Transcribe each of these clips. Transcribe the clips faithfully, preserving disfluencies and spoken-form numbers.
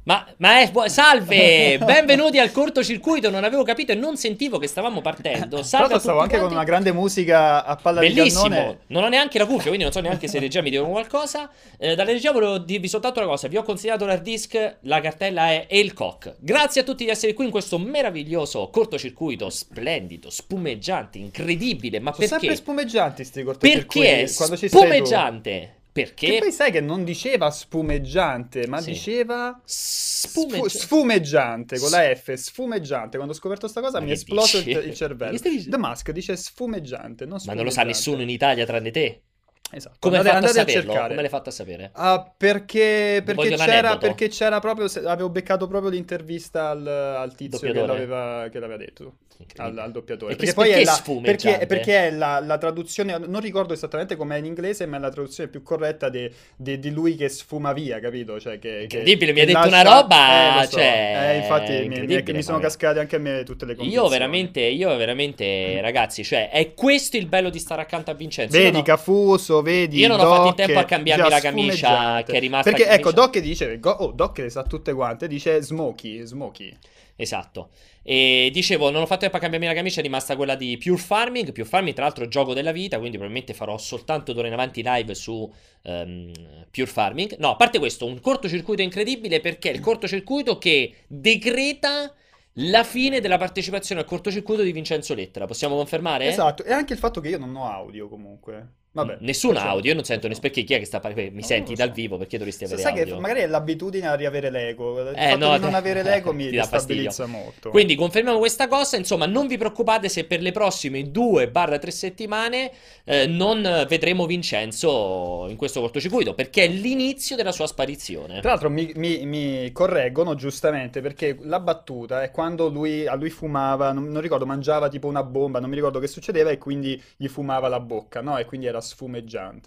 Ma, ma è, salve, benvenuti al cortocircuito, non avevo capito e non sentivo che stavamo partendo. Tra l'altro stavo anche quanti. Con una grande musica a palla Bellissimo. Di cannone. Non ho neanche la cuffia, quindi non so neanche se regia mi dicono qualcosa. Eh, dalla regia volevo dirvi soltanto una cosa, vi ho consegnato l'hard disk, la cartella è Elcock. Grazie a tutti di essere qui in questo meraviglioso cortocircuito, splendido, spumeggiante, incredibile, ma Sono perché? sempre spumeggianti sti cortocircuiti. Perché è quando ci sei tu. spumeggiante? Perché? Che poi sai che non diceva spumeggiante, ma Sì. diceva Spumeggia- sfu- sfumeggiante con la F, sfumeggiante. Quando ho scoperto sta cosa Ma mi è che esploso il, dici? il cervello. Che stai dicendo? The Mask dice sfumeggiante, non Ma non lo sa spumeggiante. nessuno in Italia tranne te. Esatto. Come hai Andate, fatto a andate a saperlo? cercare. Come l'hai fatto a sapere? Ah, perché, perché Voglio c'era, l'aneddoto. perché c'era proprio, se- avevo beccato proprio l'intervista al, al tizio che Doppiatore. l'aveva, che l'aveva detto, al, al doppiatore. E che- Perché poi perché è la, sfumeggiante? perché, perché è la, la traduzione, non ricordo esattamente com'è in inglese, ma è la traduzione più corretta de- de- di lui che sfuma via, capito? Cioè che, che- Incredibile, mi che hai detto lascia- una roba, eh, lo so. cioè, Eh, infatti mi- mi, incredibile, mi sono Fabio. cascate anche a me tutte le condizioni. Io veramente, io veramente, ragazzi, cioè, è questo il bello di stare accanto a Vincenzo. Io Vedi non ho- Cafuso, vedi Io non ho fatto in Doc, tempo a cambiarmi già la camicia, sfumeggiante. che è rimasta Perché ecco, camicia. Doc dice, go- oh, Doc le sa tutte quante, dice Smokey, Smokey. Esatto. E dicevo, non ho fatto tempo a cambiarmi la camicia, è rimasta quella di Pure Farming. Pure Farming, tra l'altro, gioco della vita, quindi probabilmente farò soltanto d'ora in avanti live su ehm, Pure Farming. No, a parte questo, un cortocircuito incredibile perché è il cortocircuito che decreta la fine della partecipazione al cortocircuito di Vincenzo Lettera. Possiamo confermare? Esatto, e anche il fatto che io non ho audio comunque. Vabbè, Nessun facciamo- audio, io non sento facciamo. perché chi è che sta parlando? Mi No, senti non lo dal so. vivo perché dovresti avere Sai che audio? magari è l'abitudine a riavere l'ego. Il Eh, fatto no, di non avere l'ego mi ti dà fastidio. destabilizza molto. Quindi confermiamo questa cosa, insomma non vi preoccupate se per le prossime due tre settimane eh, non vedremo Vincenzo in questo cortocircuito, perché è l'inizio della sua sparizione. Tra l'altro mi, mi- mi correggono giustamente perché la battuta è quando lui, a lui fumava, non, non ricordo, mangiava tipo una bomba, non mi ricordo che succedeva e quindi gli fumava la bocca, no? E quindi era sfumeggiante.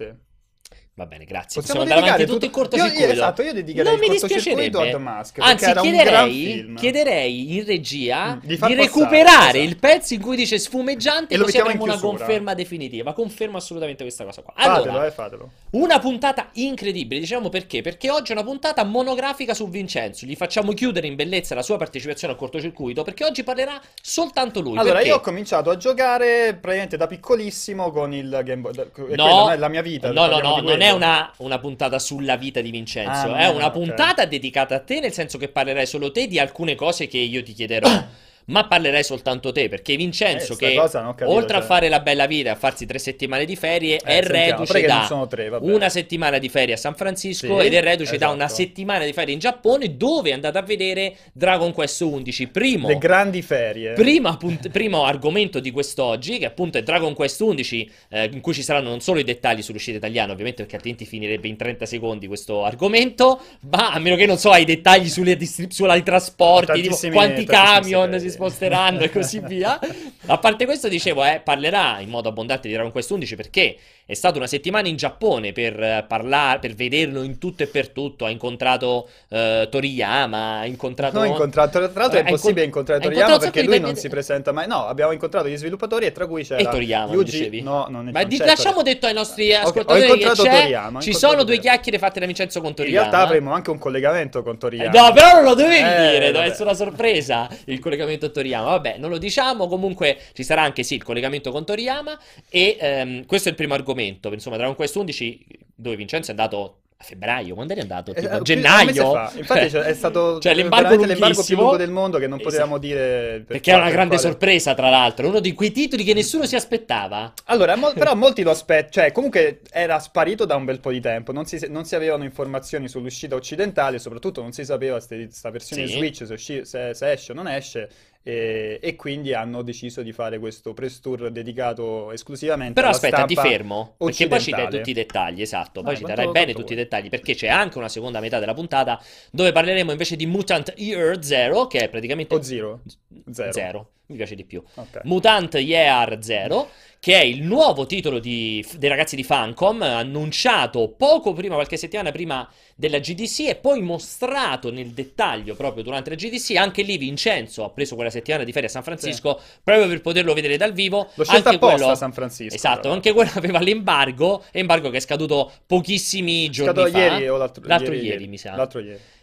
Va bene, grazie. Possiamo Possiamo andare avanti dedicare tutto il tutto- io- io- cortocircuito. esatto, io dedicherei Non mi il cortocircuito dispiacerebbe. a The Mask, perché Anzi, era un gran chiederei, film. chiederei in regia Mm, di di, far passare, recuperare esatto. il pezzo in cui dice sfumeggiante E lo così mettiamo in avremo una chiusura. conferma definitiva. Confermo assolutamente questa cosa qua. Fatelo, Allora, eh, fatelo. una puntata incredibile, diciamo perché? Perché oggi è una puntata monografica su Vincenzo. Gli facciamo chiudere in bellezza la sua partecipazione al cortocircuito, perché oggi parlerà soltanto lui. Allora, Perché? io ho cominciato a giocare praticamente da piccolissimo con il Game Boy. da- e quella No, non è la mia vita. no, no, parliamo no, di non è quello. una, una puntata sulla vita di Vincenzo, Ah, non è è- una ok. puntata dedicata a te, nel senso che parlerai solo te di alcune cose che io ti chiederò. Ma parlerai soltanto te, perché Vincenzo, Eh, sta che cosa non ho capito, oltre a cioè. fare la bella vita e a farsi tre settimane di ferie, Eh, è sentiamo, reduce perché non da sono tre, vabbè. una settimana di ferie a San Francisco Sì, ed è reduce da una esatto. settimana di ferie in Giappone, dove è andato a vedere Dragon Quest undici. Primo, Le grandi ferie. Primo, appunt- primo argomento di quest'oggi, che appunto è Dragon Quest undici, eh, in cui ci saranno non solo i dettagli sull'uscita italiana, ovviamente, perché altrimenti finirebbe in trenta secondi questo argomento, ma a meno che non so, hai dettagli sulle distrib- sulla trasporti, tipo Tantissimi- quanti tantissimi camion segreti. si sposteranno e così via. A parte questo, dicevo, eh, parlerà in modo abbondante di Dragon Quest undici perché è stata una settimana in Giappone per eh, parlare, per vederlo in tutto e per tutto. Ha incontrato eh, Toriyama, ha incontrato... Non ho incontrato, tra l'altro è Ha impossibile incont- incontrare ha Toriyama incontrato un perché sacco lui di non dipendenti- si presenta mai. No, abbiamo incontrato gli sviluppatori e tra cui c'era E Toriyama, Yuji. dicevi? No, non è Ma non di- c'è lasciamo Toriyama. detto ai nostri Ok, ho ascoltatori che incontrato c'è, Toriyama, ho ci incontrato sono due Toriyama. chiacchiere fatte da Vincenzo con In Toriyama. realtà avremo anche un collegamento con Toriyama. No, però non lo dovevi Eh, dire, deve vabbè. essere una sorpresa il collegamento a Toriyama. Vabbè, non lo diciamo, comunque ci sarà anche sì il collegamento con Toriyama e ehm, questo è il primo argomento. Insomma, Dragon Quest undici, dove Vincenzo è andato a febbraio, quando eri andato? Eh, Tipo a più- un mese gennaio? fa. Infatti cioè, è stato Cioè, l'embargo veramente l'embargo più lunghissimo. lungo del mondo che non Esatto. potevamo dire per Perché era una per grande quale- sorpresa, tra l'altro, uno di quei titoli che nessuno si aspettava. Allora, mo- però molti lo aspettano, cioè comunque era sparito da un bel po' di tempo, non si, non si avevano informazioni sull'uscita occidentale, soprattutto non si sapeva se questa versione Sì. Switch se, usci- se- se esce o non esce, e, e quindi hanno deciso di fare questo press tour dedicato esclusivamente Però alla aspetta, ti stampa fermo, perché poi ci dai occidentale. tutti i dettagli, esatto, poi Vai, ci quanto- darai bene quanto tutti i vuoi. dettagli, perché c'è anche una seconda metà della puntata dove parleremo invece di Mutant Year Zero, che è praticamente... O Zero? Zero. Zero, mi piace di più. Ok. Mutant Year Zero, che è il nuovo titolo di- dei ragazzi di Funcom, annunciato poco prima, qualche settimana prima della G D C e poi mostrato nel dettaglio proprio durante la G D C. Anche lì Vincenzo ha preso quella settimana di ferie a San Francisco proprio per poterlo vedere dal vivo. L'ho scelta Anche apposta quello- a San Francisco. Esatto, tra anche quello aveva l'embargo, embargo che è scaduto pochissimi giorni Scaduto fa. ieri o l'altro, L'altro ieri, ieri, mi sa. L'altro ieri.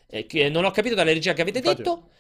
eh, che non ho capito dalla regia che avete Infatti. detto.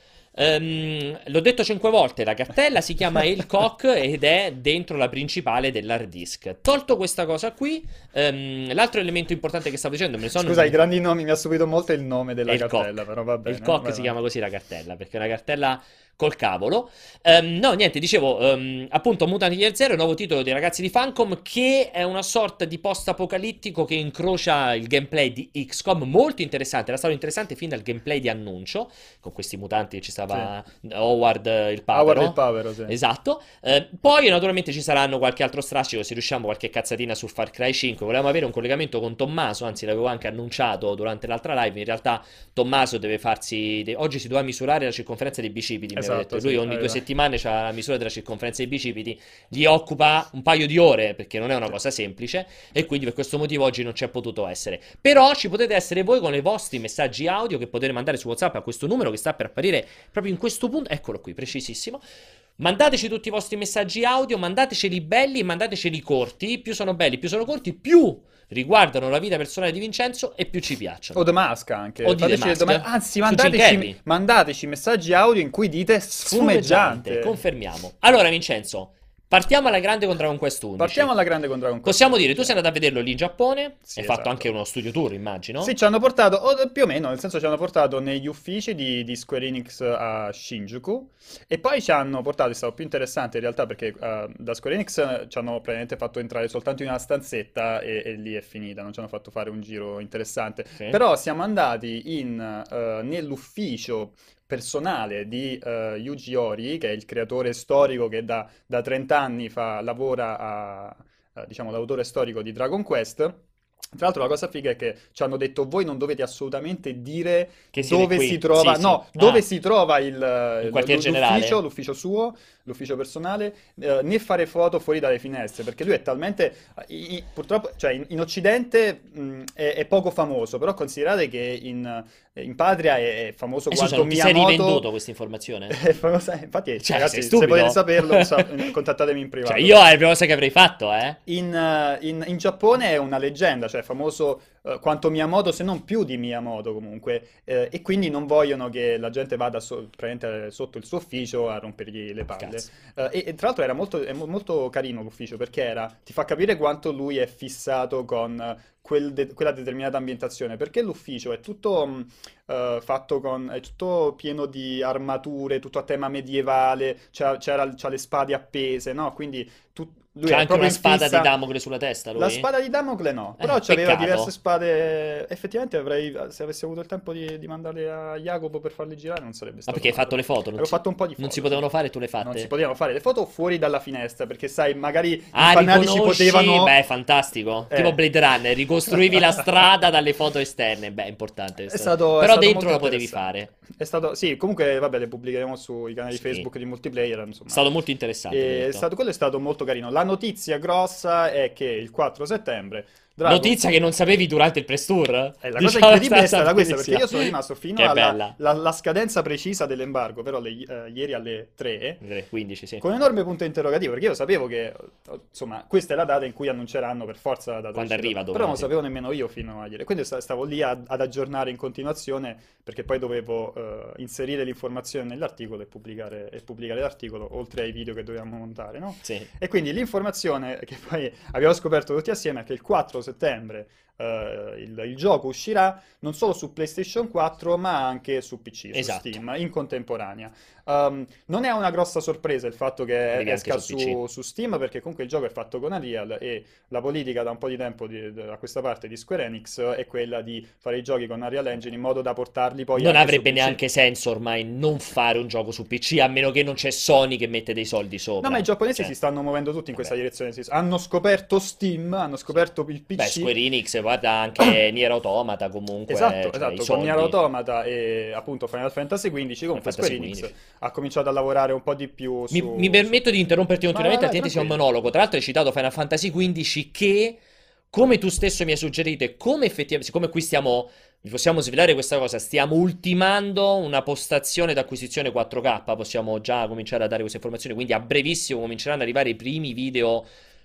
Ehm, l'ho detto cinque volte, la cartella si chiama Halecock ed è dentro la principale dell'hard disk. Tolto questa cosa qui, ehm, l'altro elemento importante che stavo dicendo, me ne sono... Scusa, i grandi nomi, mi ha subito molto il nome della cartella, Halecock. però va bene. Halecock vai, si vai. chiama così la cartella, perché è una cartella col cavolo. Ehm, no, niente, dicevo, ehm, appunto, Mutant Year Zero è il nuovo titolo dei ragazzi di Funcom, che è una sorta di post-apocalittico che incrocia il gameplay di X COM, molto interessante. Era stato interessante fin dal gameplay di annuncio, con questi mutanti che ci stava Howard eh, il Howard papero. il Povero, sì. Esatto. Eh, poi naturalmente ci saranno qualche altro strascico, se riusciamo qualche cazzatina su Far Cry cinque. Volevamo avere un collegamento con Tommaso, anzi l'avevo anche annunciato durante l'altra live. In realtà Tommaso deve farsi... de- Oggi si doveva misurare la circonferenza dei bicipiti, mi aveva Esatto, detto. Lui sì, ogni due aveva. settimane c'ha la misura della circonferenza dei bicipiti, gli occupa un paio di ore perché non è una Sì. cosa semplice e quindi per questo motivo oggi non c'è potuto essere. Però ci potete essere voi con i vostri messaggi audio che potete mandare su WhatsApp a questo numero che sta per apparire proprio in questo punto. Eccolo qui, precisissimo. Mandateci tutti i vostri messaggi audio, mandateceli belli, mandateceli corti. Più sono belli, più sono corti, più riguardano la vita personale di Vincenzo e più ci piacciono. O The Mask anche. O di The Fateci le Mask. domande- Anzi, Su Jim mandateci, Carrey. mandateci messaggi audio in cui dite Sfumeggiante, sfumeggiante. confermiamo. Allora, Vincenzo, partiamo alla grande con Dragon Quest undici. Partiamo alla grande con Dragon Quest. Possiamo dire, tu sei andato a vederlo lì in Giappone, Sì, hai fatto esatto. anche uno studio tour, immagino. Sì, ci hanno portato, o più o meno, nel senso ci hanno portato negli uffici di, di Square Enix a Shinjuku e poi ci hanno portato, è stato più interessante in realtà perché eh, da Square Enix eh, ci hanno praticamente fatto entrare soltanto in una stanzetta e, e lì è finita, non ci hanno fatto fare un giro interessante. Sì. Però siamo andati in, eh, nell'ufficio personale di eh, Yuji Horii, che è il creatore storico che da, da trenta anni fa, lavora a, a, diciamo, l'autore storico di Dragon Quest. Tra l'altro la cosa figa è che ci hanno detto voi non dovete assolutamente dire Che siete dove qui. si trova, Sì, no, sì. dove Ah, si trova il, il quartier l- generale. l'ufficio, l'ufficio suo, l'ufficio personale, eh, né fare foto fuori dalle finestre, perché lui è talmente, i- i- purtroppo, cioè in, in Occidente mh, è, è poco famoso, però considerate che in, in patria è, è famoso E quanto scusa, non ti sei Miyamoto. rivenduto questa informazione? È famosa- infatti, Cioè, ragazzi, sei se volete stupido? saperlo, sa- contattatemi in privato. Cioè, io è la prima cosa che avrei fatto, eh? In, eh, in- in Giappone è una leggenda, cioè è famoso eh, quanto Miyamoto, se non più di Miyamoto comunque, eh, e quindi non vogliono che la gente vada so- praticamente sotto il suo ufficio a rompergli le palle. Cazzo. Eh, e, e tra l'altro era molto, è mo- molto carino l'ufficio perché era, ti fa capire quanto lui è fissato con eh, quel de- quella determinata ambientazione, perché l'ufficio è tutto mh, eh, fatto con, è tutto pieno di armature, tutto a tema medievale, c'ha, c'era- c'ha le spade appese, no? Quindi tu- lui C'ha è anche proprio una in spada fissa. di Damocle sulla testa, lui? La spada di Damocle no, Eh, però c'aveva peccato. diverse spade. Effettivamente avrei, se avessi avuto il tempo di, di mandarle a Jacopo per farli girare, non sarebbe Ma stato perché hai male. fatto le foto? Non Avevo si, fatto un po' di non foto, si sì. potevano fare, tu le Non si fatte? potevano fare le foto fuori dalla finestra, perché sai, magari i Ah, fanatici riconosci? potevano. Beh, fantastico. Eh. Tipo Blade Runner, ricostruivi la strada dalle foto esterne. Beh, è importante È questo. stato, è Però stato dentro molto la potevi interessante. fare. È stato, sì, comunque, vabbè, le pubblicheremo sui canali Sì. Facebook di multiplayer, È insomma. stato molto interessante, mi hai E è detto. stato, quello è stato molto carino. La notizia grossa è che il quattro settembre Dragon Notizia che non sapevi durante il press tour? Eh, la cosa Diciamo incredibile è sta stata questa, perché benissimo. io sono rimasto fino Che alla bella. la- la scadenza precisa dell'embargo, però le- eh, ieri alle tre, Alle quindici, sì. con un enorme punto interrogativo, perché io sapevo che, eh, insomma, questa è la data in cui annunceranno per forza la data Quando d'uscita, arriva, dove, però non sì. sapevo nemmeno io fino a ieri. Quindi sta- stavo lì a- ad aggiornare in continuazione, perché poi dovevo eh, inserire l'informazione nell'articolo e pubblicare, e pubblicare l'articolo, oltre ai video che dovevamo montare, no? Sì. E quindi l'informazione che poi abbiamo scoperto tutti assieme è che il quattro settembre eh, il, il gioco uscirà non solo su PlayStation quattro ma anche su P C, su Esatto. Steam, in contemporanea. Um, non è una grossa sorpresa il fatto che Arrivi anche esca su P su, C. su Steam, perché comunque il gioco è fatto con Unreal e la politica da un po' di tempo di- da questa parte di Square Enix è quella di fare i giochi con Unreal Engine in modo da portarli poi Non anche avrebbe su P C. neanche senso ormai non fare un gioco su P C, a meno che non c'è Sony che mette dei soldi sopra. No, ma i giapponesi Cioè, si stanno muovendo tutti in questa vabbè. direzione. si- Hanno scoperto Steam, hanno scoperto il P C. Beh, Square Enix, guarda anche Nier Automata comunque. Esatto, cioè, esatto, i con soldi. Nier Automata e appunto Final Fantasy quindici, comunque Fantasy Square Enix quindici. ha cominciato a lavorare un po' di più Mi, su... mi permetto di interromperti Vai, continuamente, vai, vai, altrimenti sia un tranquillo. monologo. Tra l'altro hai citato Final Fantasy quindici che, come tu stesso mi hai suggerito e come effettivamente, siccome qui stiamo, vi possiamo svelare questa cosa, stiamo ultimando una postazione d'acquisizione quattro K, possiamo già cominciare a dare queste informazioni, quindi a brevissimo cominceranno ad arrivare i primi video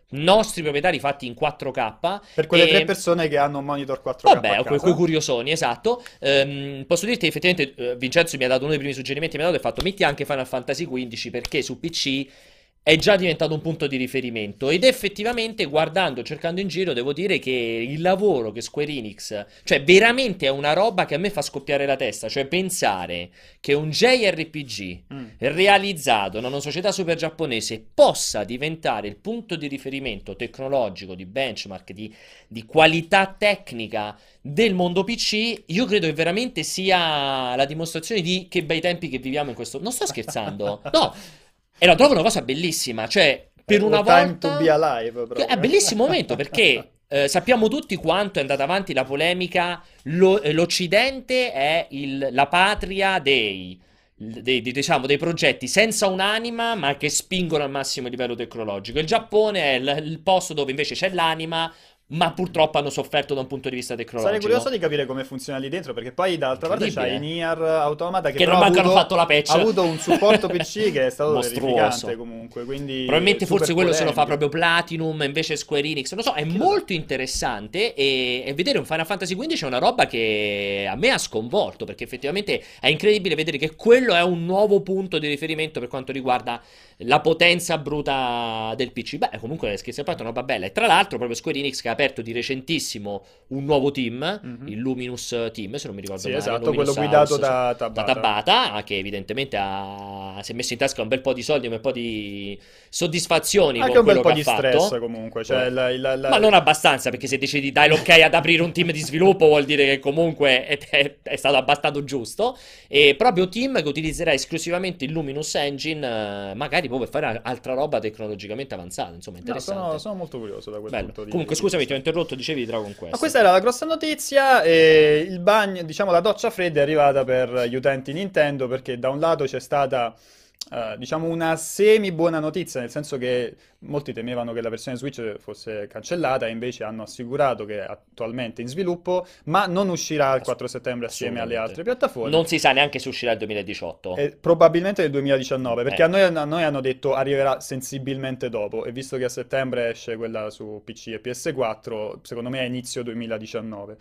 nostri proprietari fatti in quattro K. Per quelle tre E persone che hanno un monitor quattro K vabbè, a o que- quei casa. curiosoni, esatto. Ehm, posso dirti effettivamente, eh, Vincenzo mi ha dato uno dei primi suggerimenti, mi ha dato e ha fatto metti anche Final Fantasy quindici perché su P C è già diventato un punto di riferimento ed effettivamente guardando, cercando in giro, devo dire che il lavoro che Square Enix, cioè veramente è una roba che a me fa scoppiare la testa, cioè pensare che un J R P G Mm. realizzato da una società super giapponese possa diventare il punto di riferimento tecnologico, di benchmark, di, di qualità tecnica del mondo P C, io credo che veramente sia la dimostrazione di che bei tempi che viviamo in questo. Non sto scherzando, no, e la trovo una cosa bellissima, cioè Eh, per una what time to be volta alive, che è un proprio. bellissimo momento perché eh, sappiamo tutti quanto è andata avanti la polemica. Lo- eh, L'Occidente è il- la patria dei, dei- dei- diciamo, dei progetti senza un'anima ma che spingono al massimo livello tecnologico. Il Giappone è il, il posto dove invece c'è l'anima, ma purtroppo hanno sofferto da un punto di vista Sarei curioso tecnologico. di capire come funziona lì dentro, perché poi dall'altra parte c'hai Incredibile. Nier Automata che Che però non ha manco hanno avuto, fatto la ha patch. avuto un supporto P C che è stato terrificante Mostruoso. comunque, quindi Probabilmente forse super quello se lo fa polemiche. proprio Platinum, invece Square Enix. Non lo so, è Chi lo sa? molto interessante e, e vedere un Final Fantasy quindici è una roba che a me ha sconvolto, perché effettivamente è incredibile vedere che quello è un nuovo punto di riferimento per quanto riguarda la potenza bruta del P C. Beh, comunque scherzi a parte è una roba bella. E tra l'altro proprio Square Enix che ha aperto di recentissimo un nuovo team, Mhm. il Luminous Team, se non mi ricordo Sì, male, esatto, quello Luminous guidato House, so- da da Tabata. Tabata, che evidentemente ha- si è messo in tasca un bel po' di soldi, un bel po' di soddisfazioni Anche con un bel quello po' che ha di stress fatto. comunque, cioè Vabbè. il, il- Ma il- non abbastanza, perché se decidi dai l'ok ad aprire un team di sviluppo vuol dire che comunque è, è- è stato abbastanza giusto. E proprio team che utilizzerà esclusivamente il Luminous Engine, eh, magari poi per fare altra roba tecnologicamente avanzata. Insomma, No, sono, interessante. sono molto curioso da quel Bello. punto di, Comunque, di scusami, ti ho vista. interrotto, dicevi di Dragon Ma Quest. questa era la grossa notizia e il bagno, diciamo la doccia fredda è arrivata per gli utenti Nintendo perché da un lato c'è stata, eh, diciamo, una semi buona notizia, nel senso che molti temevano che la versione Switch fosse cancellata e invece hanno assicurato che è attualmente in sviluppo, ma non uscirà il Ass- quattro settembre assieme alle assolutamente. altre piattaforme. Non si sa neanche se uscirà il duemiladiciotto. E probabilmente nel duemiladiciannove, perché Eh. a noi, a noi hanno detto arriverà sensibilmente dopo, e visto che a settembre esce quella su P C e P S quattro, secondo me è inizio duemiladiciannove.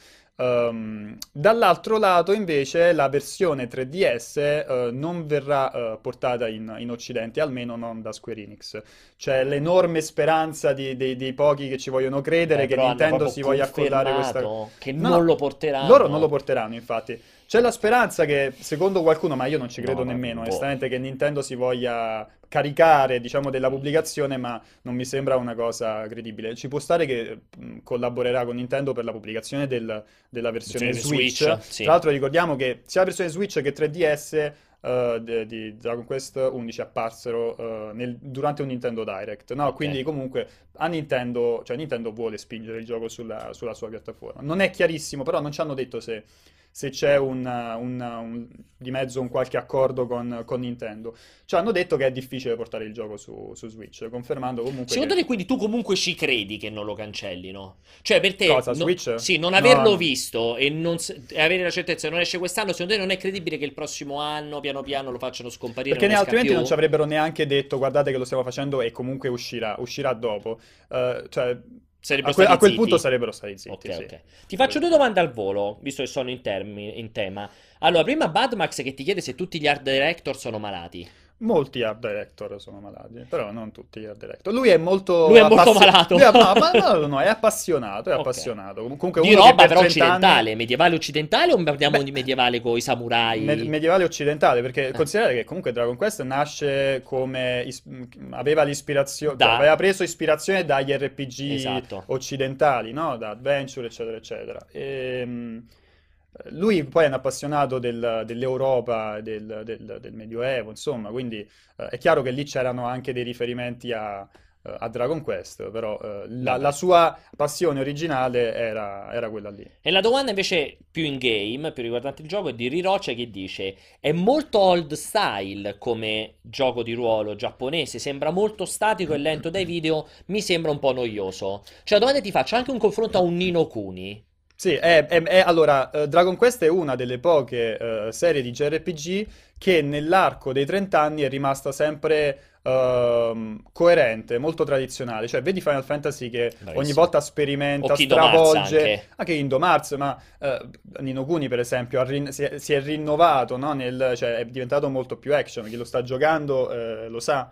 Ehm, dall'altro lato, invece, la versione tre D S eh, non verrà eh, portata in, in Occidente, almeno non da Square Enix. C'è l'enorme speranza di- dei, dei pochi che ci vogliono credere Beh, che però hanno Nintendo proprio si voglia accollare questa. confermato che No, non no, lo loro non lo porteranno. porteranno, infatti. C'è la speranza che, secondo qualcuno, ma io non ci credo No, ma nemmeno, boh. onestamente, che Nintendo si voglia caricare, diciamo, della pubblicazione, ma non mi sembra una cosa credibile. Ci può stare che mh, collaborerà con Nintendo per la pubblicazione del- della versione Versione di Switch. Switch, Tra sì. l'altro ricordiamo che sia la versione Switch che tre D S eh, de- di Dragon Quest undici apparsero eh, nel- durante un Nintendo Direct, no? Ok. Quindi comunque a Nintendo, cioè Nintendo vuole spingere il gioco sulla, sulla sua piattaforma. Non è chiarissimo, però non ci hanno detto se, se c'è un, un- un- di mezzo un qualche accordo con, con Nintendo. Ci hanno detto che è difficile portare il gioco su, su Switch, confermando comunque Secondo che. te quindi tu comunque ci credi che non lo cancellino? Cioè per te, Cosa, no- Switch? sì, non No, averlo no. visto e, non s- e avere la certezza che non esce quest'anno, secondo te non è credibile che il prossimo anno piano piano lo facciano scomparire e Perché non ne- esca altrimenti non più? ci avrebbero neanche detto, guardate che lo stiamo facendo e comunque uscirà, uscirà dopo. Eh, cioè, Sarebbero a, que- a stati quel punto zitti? sarebbero stati zitti, Ok, sì. ok. Ti faccio due domande al volo, visto che sono in, termi- in tema. Allora, prima Badmax che ti chiede se tutti gli art director sono malati. Molti art director sono malati, però non tutti gli art director. Lui è Lui molto è molto appassionato. malato. Lui è, no, ma no, no, è appassionato, è Ok. appassionato. Comunque Di uno che roba per però trenta anni. occidentale, medievale occidentale o parliamo Beh, di medievale con i me- samurai? medievale occidentale, perché Eh, considerate che comunque Dragon Quest nasce come is- aveva l'ispirazione, cioè da... aveva preso ispirazione dagli R P G Esatto. occidentali, no? Da Adventure, eccetera, eccetera. Ehm, lui poi è un appassionato del- dell'Europa, del, del- del Medioevo, insomma, quindi eh, è chiaro che lì c'erano anche dei riferimenti a, a Dragon Quest, però eh, la, la Vabbè. sua passione originale era, era quella lì. E la domanda invece più in game, più riguardante il gioco, è di Riroce che dice: è molto old style come gioco di ruolo giapponese, sembra molto statico e lento dai video, mi sembra un po' noioso. Cioè, la domanda ti faccio anche un confronto a un Nino Kuni. Sì, è, è- è- allora, eh, Dragon Quest è una delle poche eh, serie di J R P G che nell'arco dei trenta anni è rimasta sempre ehm, coerente, molto tradizionale. Cioè, vedi Final Fantasy che ogni Bravissimo. volta O sperimenta, Kingdom Hearts stravolge, anche. anche Kingdom Hearts, ma eh, Ni no Kuni, per esempio, ha rin- si è, si è rinnovato, no? Nel- cioè, è diventato molto più action. Chi lo sta giocando eh, lo sa.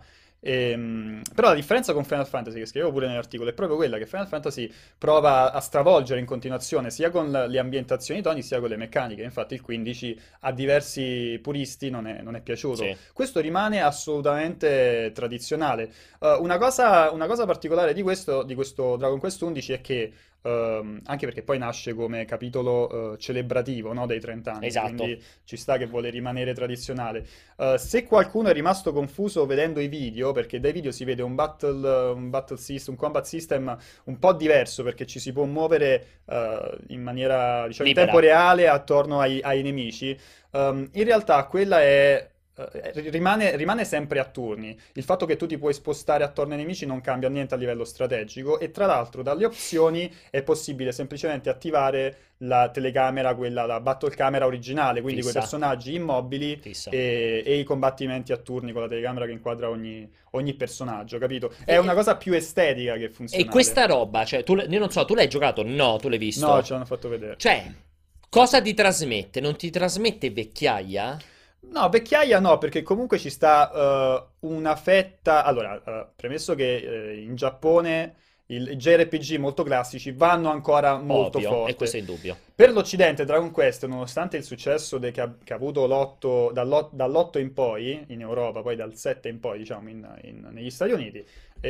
Ehm, però la differenza con Final Fantasy, che scrivevo pure nell'articolo, è proprio quella che Final Fantasy prova a stravolgere in continuazione sia con la- le ambientazioni i toni sia con le meccaniche. Infatti il quindici a diversi puristi non è, non è piaciuto. Sì. Questo rimane assolutamente tradizionale. Eh, una cosa, una cosa particolare di questo, di questo Dragon Quest undici è che, ehm, anche perché poi nasce come capitolo eh, celebrativo, no, dei trenta anni, Esatto. quindi ci sta che vuole rimanere tradizionale. Uh, se qualcuno è rimasto confuso vedendo i video, perché dai video si vede un battle, un battle system, un combat system un po' diverso, perché ci si può muovere uh, in maniera, diciamo, in tempo Libera. reale attorno ai, ai nemici. Um, in realtà quella è... eh, Rimane, rimane sempre a turni. Il fatto che tu ti puoi spostare attorno ai nemici non cambia niente a livello strategico e tra l'altro dalle opzioni è possibile semplicemente attivare la telecamera, quella, la battle camera originale, quindi quei Fissa. personaggi immobili Fissa. e, e i combattimenti a turni con la telecamera che inquadra ogni, ogni personaggio, capito? E, È una e- cosa più estetica che e funzionale. questa roba, cioè, tu, l- io non so, tu l'hai giocato? No, tu l'hai No, visto. ce l'hanno fatto vedere. Cioè, cosa ti trasmette? Non ti trasmette vecchiaia? No, vecchiaia no, perché comunque ci sta eh, una fetta. Allora, eh, premesso che eh, in Giappone il- i J R P G molto classici vanno ancora molto Ovvio, e forte. questo è indubbio. Per l'Occidente, Dragon Quest, nonostante il successo de- che, ha, che ha avuto l'otto, dall'o- dall'otto in poi, in Europa, poi dal sette in poi, diciamo, in- in- negli Stati Uniti,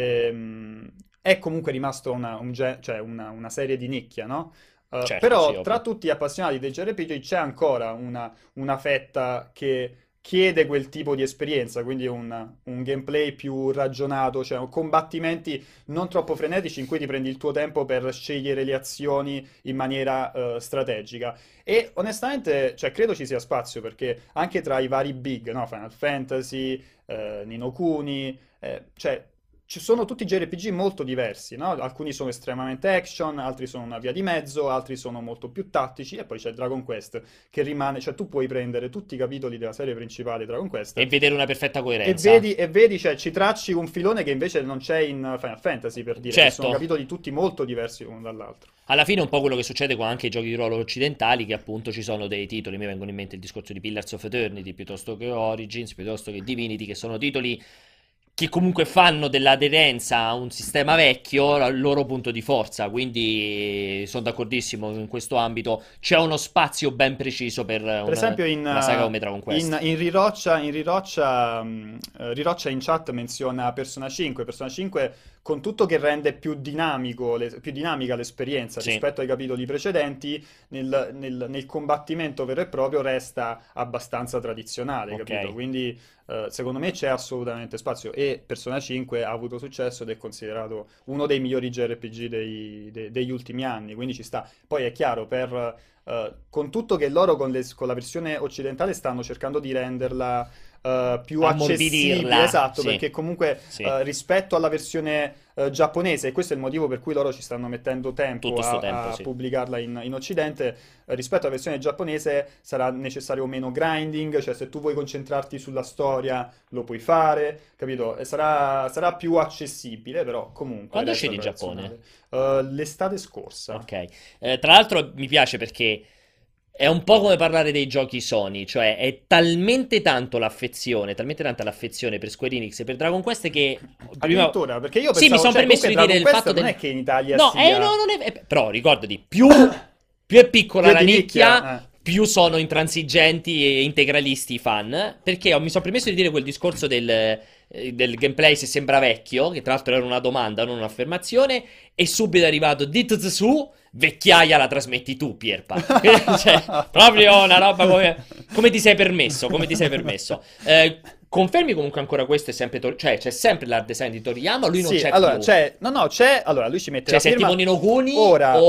ehm, è comunque rimasto una, un ge- cioè una, una serie di nicchia, no? Eh, Certo, sì, però tra ovvio. tutti gli appassionati dei J R P G c'è ancora una, una fetta che chiede quel tipo di esperienza, quindi un, un gameplay più ragionato, cioè combattimenti non troppo frenetici in cui ti prendi il tuo tempo per scegliere le azioni in maniera eh, strategica. E onestamente, cioè, credo ci sia spazio perché anche tra i vari big, no? Final Fantasy, eh, Ni no Kuni, eh, cioè ci sono tutti J R P G molto diversi, no? Alcuni sono estremamente action, altri sono una via di mezzo, altri sono molto più tattici e poi c'è Dragon Quest che rimane, cioè tu puoi prendere tutti i capitoli della serie principale Dragon E Quest vedere una perfetta e coerenza. vedi, e vedi, cioè ci tracci un filone che invece non c'è in Final Fantasy, per dire, che sono Certo. capitoli tutti molto diversi l'uno dall'altro. Alla fine è un po' quello che succede con anche i giochi di ruolo occidentali, che appunto ci sono dei titoli, mi vengono in mente il discorso di Pillars of Eternity, piuttosto che Origins, piuttosto che Divinity, che sono titoli che comunque fanno dell'aderenza a un sistema vecchio il loro punto di forza, quindi sono d'accordissimo in questo ambito, c'è uno spazio ben preciso per Per una, esempio in, una saga come eh, Dragon in, Quest. in Riroccia, in Riroccia, mh, eh, Riroccia in chat menziona Persona cinque. Persona cinque con tutto che rende più dinamico, le- più dinamica l'esperienza Sì, rispetto ai capitoli precedenti, nel, nel- nel combattimento vero e proprio resta abbastanza tradizionale, ok. capito? Quindi eh, secondo me c'è assolutamente spazio e Persona cinque ha avuto successo ed è considerato uno dei migliori J R P G dei- de- degli ultimi anni, quindi ci sta. Poi è chiaro, per eh, con tutto che loro con, le- con la versione occidentale stanno cercando di renderla eh, più accessibile, Ammorbidirla, esatto, sì, perché comunque sì, eh, rispetto alla versione eh, giapponese, e questo è il motivo per cui loro ci stanno mettendo tempo tutto sto tempo, a, a sì. pubblicarla in, in Occidente, eh, rispetto alla versione giapponese sarà necessario meno grinding, cioè se tu vuoi concentrarti sulla storia lo puoi fare, capito? E sarà, sarà più accessibile, però comunque Quando resta uscite in Giappone? tradizionale. Eh, l'estate scorsa. Ok. Eh, tra l'altro mi piace perché è un po' come parlare dei giochi Sony, cioè è talmente tanto l'affezione, talmente tanta l'affezione per Square Enix e per Dragon Quest che prima... Addirittura, perché io Sì, mi pensavo, sono cioè permesso comunque di dire Dragon il Quest fatto non del... è che in Italia No, eh, no, sia non è... eh, però ricordati, più, più è piccola più la di nicchia, nicchia. eh. più sono intransigenti e integralisti i fan, perché ho- mi sono permesso di dire quel discorso del, eh, del gameplay se sembra vecchio, che tra l'altro era una domanda, non un'affermazione, e subito è arrivato Ditz su, vecchiaia la trasmetti tu, Pierpa. Cioè, proprio una roba come, come ti sei permesso, come ti sei permesso. Eh, confermi comunque ancora questo è sempre, Tor- cioè c'è sempre l'art design di Toriyama, lui non Sì, c'è allora più. c'è, no, no, c'è, allora lui ci mette Cioè, la se è tipo firma. Nino Kuni Ora, o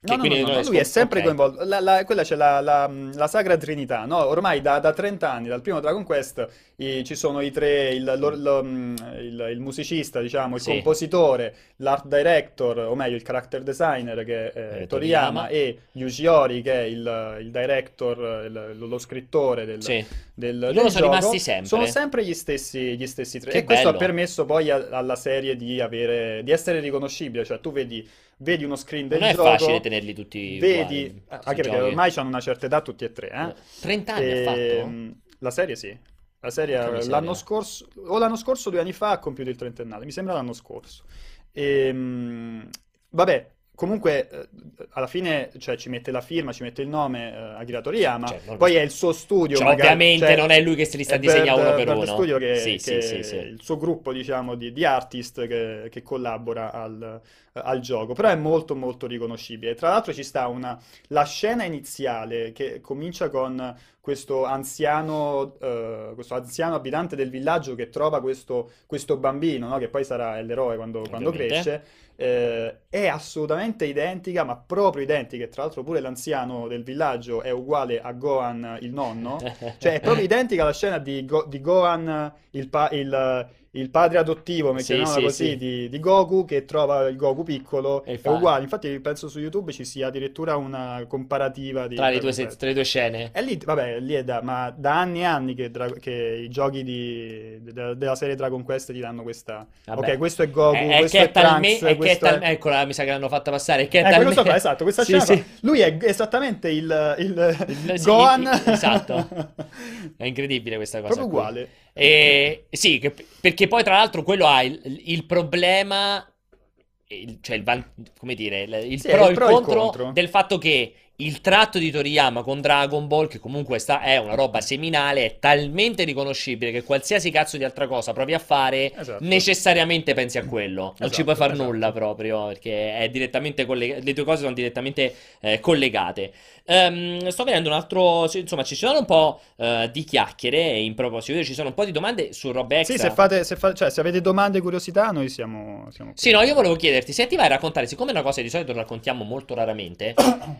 No, Che no, no, quindi no, non no, è lui è scom- sempre ok. coinvolto. La, la- quella c'è la, la- la Sacra Trinità, no? Ormai da, da trenta anni, dal primo Dragon Quest, i- ci sono i tre, il, lo- lo- mm, il- il musicista, diciamo, il Sì, compositore, l'art director, o meglio il character designer che è eh, eh, Toriyama, Toriyama. e Yuji Horii che è il, il director, il- lo scrittore del, Sì. del- Loro del sono rimasti gioco, sono sempre. sempre gli stessi, gli stessi tre. Che E questo ha bello. permesso poi a- alla serie di avere, di essere riconoscibile, cioè tu vedi vedi uno screen Non del è facile gioco, tenerli tutti uguali, vedi, questi anche perché giochi. ormai hanno una certa età tutti e tre, Eh, eh? trenta anni ha fatto? Ehm, la serie sì, la serie Porca eh, l'anno miseria. scorso, o l'anno scorso, due anni fa, ha compiuto il trentennale, mi sembra l'anno scorso. Ehm, vabbè, comunque eh, alla fine cioè, ci mette la firma, ci mette il nome eh, Akira Toriyama, Cioè, non- poi è il suo studio, cioè, magari, ovviamente non cioè, è lui che se li sta è a disegnare uno Bird, per Bird uno. Studio che, Sì, sì, che sì, è sì. il suo gruppo, diciamo, di, di artist che, che collabora al, al gioco, però è molto molto riconoscibile. Tra l'altro ci sta una, la scena iniziale che comincia con questo anziano, eh, questo anziano abitante del villaggio che trova questo, questo bambino, no? Che poi sarà l'eroe quando, quando Ovviamente. cresce. Eh, è assolutamente identica, ma proprio identica. E tra l'altro pure l'anziano del villaggio è uguale a Gohan, il nonno. Cioè è proprio identica alla scena di, Go- di Gohan, il, pa- il- il padre adottivo, Sì, mettiamola sì, così, sì. di, di Goku, che trova il Goku piccolo. E È fa uguale. Infatti penso su YouTube ci sia addirittura una comparativa di tra le due, Dragon se- Quest. tra le due scene. E lì, vabbè, lì è da, ma da anni e anni che, Dra- che i giochi di- de- della serie Dragon Quest ti danno questa. Ok, Vabbè. questo è È, Goku, è che questo è è talmente... Trunks, È che è questo tal... è. Eccola, mi sa che l'hanno fatta passare. È che è Ecco, questo qua, talmente... esatto, questa Sì, scena qua. sì. Lui è esattamente il, il Il- sì, i- Gohan. i- esatto. È incredibile questa cosa Proprio qui. uguale. E sì, che- perché poi tra l'altro quello ha il, il problema, il- cioè il, van- come dire, il, il Sì, è pro il e il pro e il contro contro. del fatto che il tratto di Toriyama con Dragon Ball, che comunque sta, è una roba seminale, è talmente riconoscibile che qualsiasi cazzo di altra cosa provi a fare, Esatto. necessariamente pensi a quello. Non ci puoi Esatto, far nulla esatto. proprio, perché è direttamente collega- le due cose sono direttamente eh, collegate. Ehm, sto vedendo un altro, sì, insomma, ci sono un po' eh, di chiacchiere in proposito, ci sono un po' di domande su robe Sì, se extra. fate, se fa- cioè, se avete domande e curiosità, noi siamo, siamo Sì, qui. no, io volevo chiederti, se ti vai a raccontare, siccome è una cosa che di solito raccontiamo molto raramente,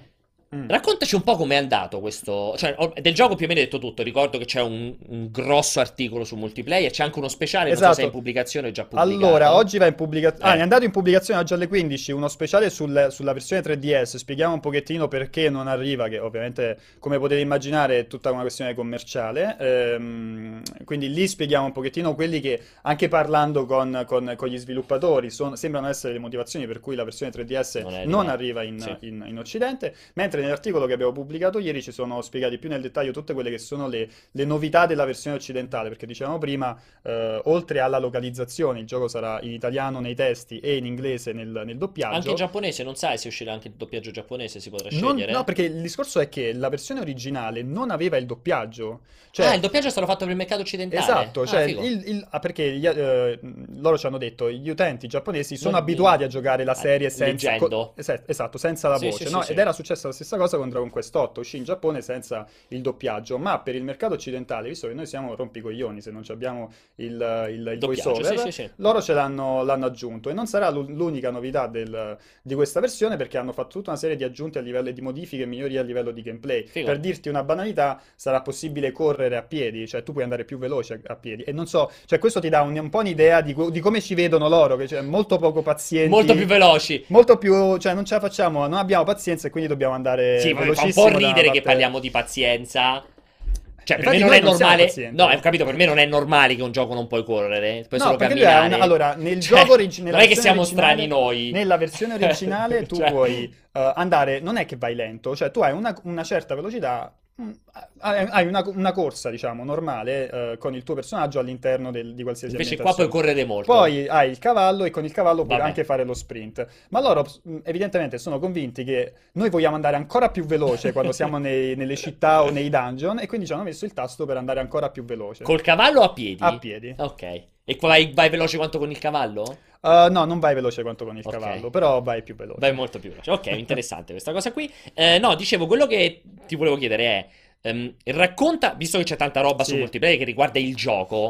Mm. raccontaci un po' com'è andato questo, cioè ho- del gioco più o meno hai detto tutto, ricordo che c'è un, un grosso articolo su multiplayer, c'è anche uno speciale, non so se è in Esatto. pubblicazione o già Allora, pubblicato. oggi va in pubblicazione. Ah, è Eh, andato in pubblicazione oggi alle quindici uno speciale sul- sulla versione tre D S. Spieghiamo un pochettino perché non arriva, che ovviamente, come potete immaginare, è tutta una questione commerciale. Ehm, quindi lì spieghiamo un pochettino quelli che, anche parlando con, con- con gli sviluppatori, sono- sembrano essere le motivazioni per cui la versione tre D S non è non arrivato. arriva in, Sì. in- in Occidente. Mentre nell'articolo che abbiamo pubblicato ieri ci sono spiegati più nel dettaglio tutte quelle che sono le, le novità della versione occidentale, perché dicevamo prima, eh, oltre alla localizzazione, il gioco sarà in italiano nei testi e in inglese nel, nel Anche in doppiaggio. giapponese, non sai se uscirà anche il doppiaggio giapponese, si potrà Non- no, scegliere? perché il discorso è che la versione originale non aveva il doppiaggio. Ah, il Cioè, doppiaggio è stato fatto per il mercato occidentale. esatto, Ah, cioè figo. il- il- ah, perché gli- eh, loro ci hanno detto, gli utenti giapponesi sono Non- abituati a giocare la ah, serie senza, co- leggendo. es- esatto, senza la Sì, sì, voce, sì, no? sì. Ed era successa la stessa cosa con Dragon Quest otto, uscì in Giappone senza il doppiaggio, ma per il mercato occidentale, visto che noi siamo rompicoglioni se non ci abbiamo il, il, il Doppiaggio, sì, sì, voiceover, sì. loro ce l'hanno l'hanno aggiunto e non sarà l'u- l'unica novità del- di questa versione perché hanno fatto tutta una serie di aggiunte a livello di modifiche e migliorie a livello di gameplay. Per Figo. dirti una banalità, sarà possibile correre a piedi, cioè tu puoi andare più veloce a, a piedi. E non so, cioè questo ti dà un, un po' un'idea di, co- di come ci vedono loro, che cioè molto poco Molto più pazienti, veloci. molto più, cioè non ce la facciamo, non abbiamo pazienza e quindi dobbiamo Sì, andare ma fa un po' velocissimo da una ridere che parte. parliamo di pazienza. Cioè, per me Infatti non noi è non siamo normale. pazienti. No, ho capito, per me non è normale che un gioco non puoi correre, puoi No, solo perché lui ha una... camminare. Allora, nel Cioè, gioco origi- nella non è che versione siamo strani originale, noi. nella versione originale tu Cioè, puoi eh, andare, non è che vai lento, cioè tu hai una, una certa velocità, mm, hai hai una, una corsa, diciamo, normale eh, con il tuo personaggio all'interno del- di qualsiasi invece qua puoi ambientazione. correre molto. Poi hai il cavallo e con il cavallo puoi Vabbè. anche fare lo sprint. Ma loro mh, evidentemente sono convinti che noi vogliamo andare ancora più veloce quando siamo nei- nelle città o nei dungeon e quindi ci hanno messo il tasto per andare ancora più veloce. Col cavallo o a piedi? A piedi. Ok. E qua vai, vai veloce quanto con il cavallo? Uh, no, non vai veloce quanto con il Ok. cavallo, però vai più veloce. Vai molto più veloce. Ok, interessante questa cosa qui. Eh, no, dicevo, quello che ti volevo chiedere è, ehm, racconta, visto che c'è tanta roba su Sì. multiplayer che riguarda il gioco,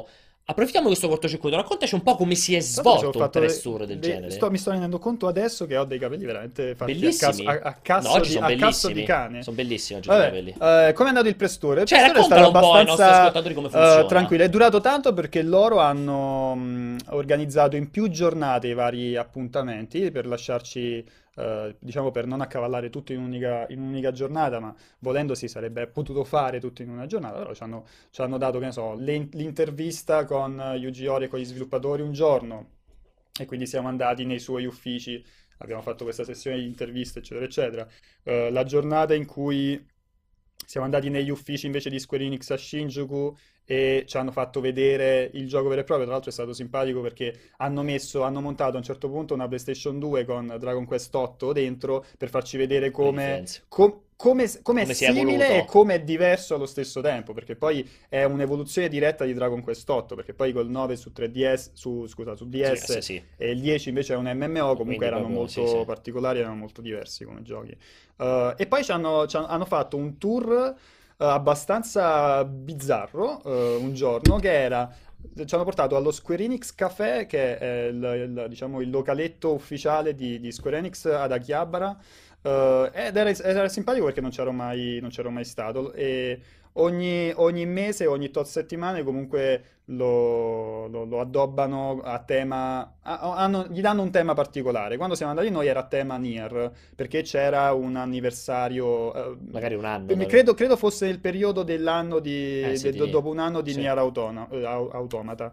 approfittiamo di questo cortocircuito, raccontaci un po' come si è Tra l'altro ci ho svolto un fatto press le- tour del le- sto- genere. mi sto rendendo conto adesso che ho dei capelli veramente fatti a caso, a, Bellissimi. a No, casso oggi di, sono a casso di bellissimi. cane. Sono bellissimi oggi i tuoi Vabbè, capelli. eh, come è andato il press tour? Il Cioè, press tour è stato raccontalo un po' ai nostri abbastanza ascoltatori come eh, funziona. tranquillo. È durato tanto perché loro hanno mh, organizzato in più giornate i vari appuntamenti per lasciarci, eh, diciamo, per non accavallare tutto in un'unica in un'unica giornata, ma volendo si sarebbe potuto fare tutto in una giornata. Loro ci hanno, ci hanno dato, che ne so, le- l'intervista con eh, Yuji Horii e con gli sviluppatori un giorno. E quindi siamo andati nei suoi uffici, abbiamo fatto questa sessione di interviste, eccetera, eccetera. Eh, la giornata in cui siamo andati negli uffici invece di Square Enix a Shinjuku e ci hanno fatto vedere il gioco vero e proprio. Tra l'altro è stato simpatico perché hanno messo, hanno montato a un certo punto una PlayStation due con Dragon Quest otto dentro per farci vedere Le come, differenze. com- come, come è Come si è simile e evoluto. come è diverso allo stesso tempo, perché poi è un'evoluzione diretta di Dragon Quest otto, perché poi col nove su tre D S, su, scusa, su Sì, eh, D S sì. e il dieci invece è un M M O, comunque Quindi erano proprio, sì, molto sì. particolari, erano molto diversi come giochi. Uh, e poi ci hanno, ci han- hanno fatto un tour uh, abbastanza bizzarro, uh, un giorno, che era, ci hanno portato allo Square Enix Café, che è il, il, diciamo, il localetto ufficiale di, di Square Enix ad Akihabara, uh, ed era, era simpatico perché non c'ero mai, non c'ero mai stato, e ogni, ogni mese, ogni tot settimane comunque lo, lo- lo addobbano a tema, a- hanno- gli danno un tema particolare. Quando siamo andati noi era a tema Nier, perché c'era un anniversario, Magari un eh, anno. mi- da- credo, credo fosse il periodo dell'anno Eh di, sì, de- do- di... dopo un anno di Sì. Nier Autona- eh, Au- Automata.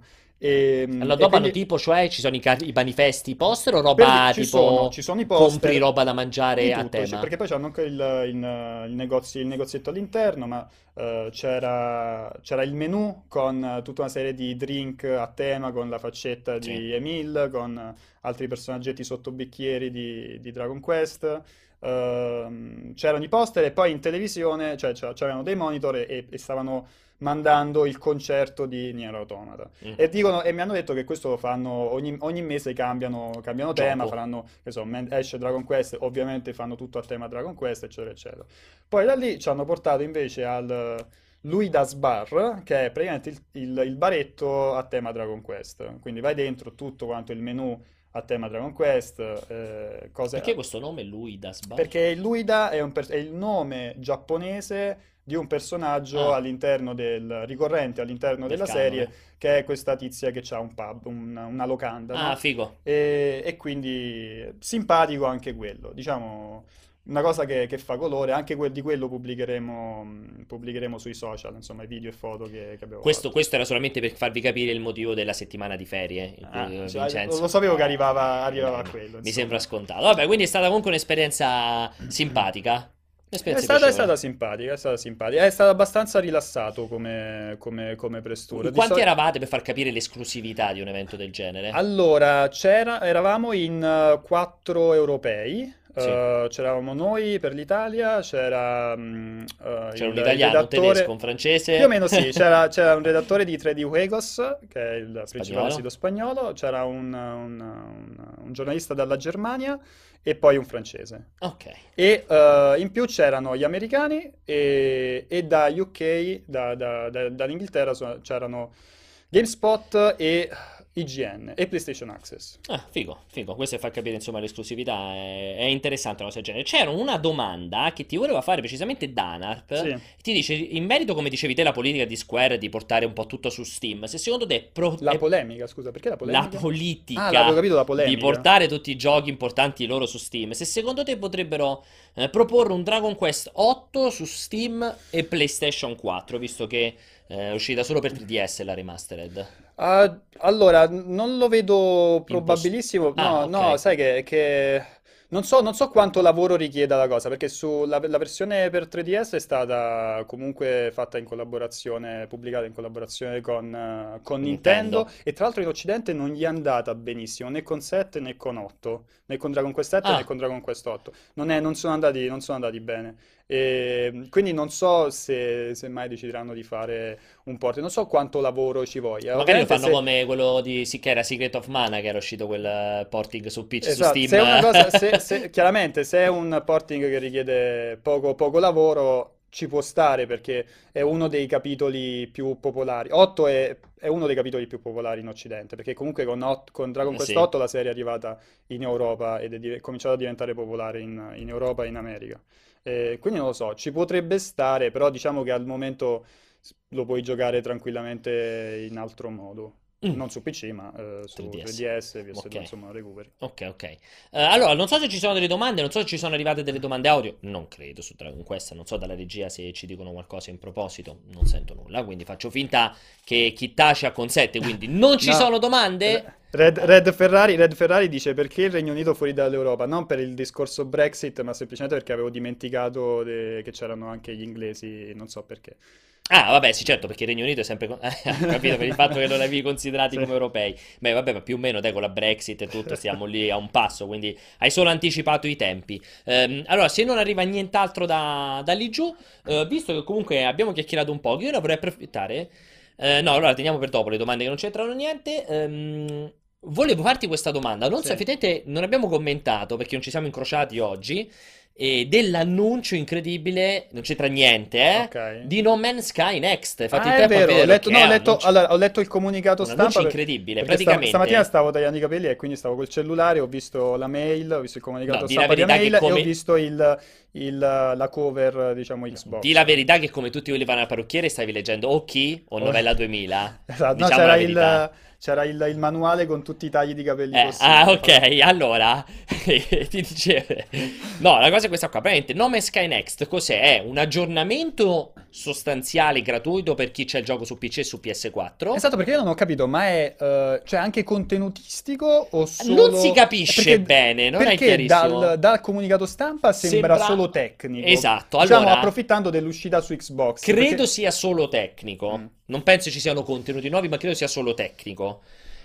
E, Lo e adobbano quindi tipo, cioè ci sono i, ca- i manifesti poster o per di- roba ci sono, tipo ci sono i compri poster roba da di mangiare a tutto, ci- tema? perché poi c'hanno anche il, il- il negozio- il negozietto all'interno, ma eh, c'era c'era il menù con eh, tutta una serie di drink a tema, con la faccetta Sì. di Emil, con eh, altri personaggetti sottobicchieri di, di Dragon Quest. Ehm, c'erano i poster e poi in televisione, cioè c'era- c'erano dei monitor e, e stavano mandando il concerto di Nier Automata. Mm. E, dicono, e mi hanno detto che questo lo fanno ogni, ogni mese, cambiano, cambiano tema, Gioco. faranno, che so, men- esce Dragon Quest, ovviamente fanno tutto a tema Dragon Quest, eccetera, eccetera. Poi da lì ci hanno portato invece al Luida's Bar, che è praticamente il, il- il baretto a tema Dragon Quest. Quindi vai dentro tutto quanto il menù a tema Dragon Quest, eh, Perché cose... questo nome lui da Sbar? Perché il Luida è, un per- è il nome giapponese di un personaggio Ah, all'interno del, ricorrente all'interno del della serie, canone. che è questa tizia che ha un pub, un- una locanda, Ah, no? figo. E, e quindi simpatico anche quello, diciamo, una cosa che, che fa colore, anche quel, di quello pubblicheremo, mh, pubblicheremo sui social, insomma, i video e foto che, che abbiamo Questo, fatto. questo era solamente per farvi capire il motivo della settimana di ferie, Ah, eh, cioè, lo Vincenzo. lo sapevo che arrivava, Eh, arrivava beh, a quello, mi sembra insomma. scontato. Vabbè, quindi è stata comunque un'esperienza simpatica. È Un'esperienza stata, è piacevole. stata simpatica, è stata simpatica, è stato abbastanza rilassato come, come, come press tour. In Di quanti soli- eravate per far capire l'esclusività di un evento del genere? Allora, c'era, eravamo in eh, quattro europei, Sì. eh, c'eravamo noi per l'Italia, c'era mm, eh, C'era il, un il italiano, un tedesco, un redattore, più o francese, meno sì, c'era c'era un redattore di tre D Juegos, che è il principale spagnolo. sito spagnolo, c'era un, un- un- un giornalista dalla Germania e poi un francese. Ok. E eh, in più c'erano gli americani e, e da U K, da, da- da- dall'Inghilterra, so- c'erano GameSpot e I G N e PlayStation Access. Ah, figo, figo. Questo fa capire, insomma, l'esclusività. È, è interessante una cosa del genere. C'era una domanda che ti voleva fare precisamente Danarp. Sì, Ti dice, in merito, come dicevi te, la politica di Square di portare un po' tutto su Steam. Se secondo te è pro- la è polemica, scusa, perché la la polemica? Ah, l'avevo politica capito, la di polemica. portare tutti i giochi importanti loro su Steam, se secondo te potrebbero eh, proporre un Dragon Quest otto su Steam e PlayStation quattro, visto che eh, è uscita solo per tre D S la remastered. Ah, allora, n- non lo vedo Impos- probabilissimo. ah, No, no, ok. sai che, che- non so, non so quanto lavoro richieda la cosa, perché sulla la versione per tre D S è stata comunque fatta in collaborazione, pubblicata in collaborazione con, eh, con Nintendo, Nintendo. e tra l'altro in Occidente non gli è andata benissimo, né con sette né con otto, né con Dragon Quest sette né Ah, con Dragon Quest otto. Non è- non sono andati, non sono andati bene. E, quindi non so se, se mai decideranno di fare un port. Non so quanto lavoro ci voglia. magari lo Ovviamente fanno se, come quello di sì, che era Secret of Mana, che era uscito quel eh, porting su P C, su esatto, Steam. se è una cosa, se, se- chiaramente se è un porting che richiede poco, poco lavoro, ci può stare perché è uno dei capitoli più popolari. otto è, è uno dei capitoli più popolari in Occidente, perché comunque con, ot- con Dragon Eh, Quest sì. otto la serie è arrivata in Europa ed è, di- è cominciata a diventare popolare in, in Europa e in America. Eh, quindi non lo so, ci potrebbe stare, però diciamo che al momento s- lo puoi giocare tranquillamente in altro modo. Mm, Non su P C, ma eh, su tre D S. tre D S, P S due, Ok. insomma, recuperi. Ok, ok. Eh, allora, non so se ci sono delle domande, non so se ci sono arrivate delle domande audio. Non credo su Dragon Quest, non so dalla regia se ci dicono qualcosa in proposito. Non sento nulla, quindi faccio finta che chi tace acconsente. Quindi non ci No, sono Re- domande? Red, Ah, Red Ferrari, Red Ferrari dice perché il Regno Unito fuori dall'Europa? Non per il discorso Brexit, ma semplicemente perché avevo dimenticato de- che c'erano anche gli inglesi, non so perché. ah, vabbè, sì, certo, perché il Regno Unito è sempre... con- eh, ho capito, per il fatto che non li avevi considerati Sì. come europei. Beh, vabbè, ma più o meno, dai, con la Brexit e tutto, stiamo lì a un passo, quindi hai solo anticipato i tempi. Ehm, allora, se non arriva nient'altro da, da lì giù, eh, visto che comunque abbiamo chiacchierato un po', io ne vorrei approfittare... eh, no, allora, teniamo per dopo le domande che non c'entrano niente. Ehm, volevo farti questa domanda. Non so, Sì. effettivamente non abbiamo commentato, perché non ci siamo incrociati oggi, e dell'annuncio incredibile, non c'entra niente, eh? Ok. Di No Man's Sky Next. Fatti il Ah, è tempo a vero, ho vederlo, letto, che no, è ho un letto, annuncio, allora, ho letto il comunicato un annuncio stampa per- incredibile. perché sta- stamattina Praticamente, stavo tagliando i capelli e quindi stavo col cellulare, ho visto la mail, ho visto il no, comunicato di la stampa via verità che mail e ho come... visto il, il- la cover, diciamo, no, di Xbox. la verità che come tutti quelli che vanno al parrucchiere stavi leggendo o chi o Oh, Novella duemila. esatto, no, Diciamo la c'era verità. il, c'era il, il manuale con tutti i tagli di capelli Eh, ah, possibili. Fa- ok, allora ti dicevo. No, la cosa è questa qua. Praticamente Nome Sky Next cos'è? È un aggiornamento sostanziale gratuito per chi c'è il gioco su P C e su P S quattro. Esatto, perché io non ho capito, ma è eh, cioè anche contenutistico o Non si solo... eh, capisce Perché, bene, non è perché dal, chiarissimo. dal comunicato stampa sembra Sembra... solo tecnico, Esatto, diciamo allora, approfittando dell'uscita su Xbox, credo perché... sia solo Mm, tecnico. Non penso ci siano contenuti nuovi, ma credo sia solo tecnico.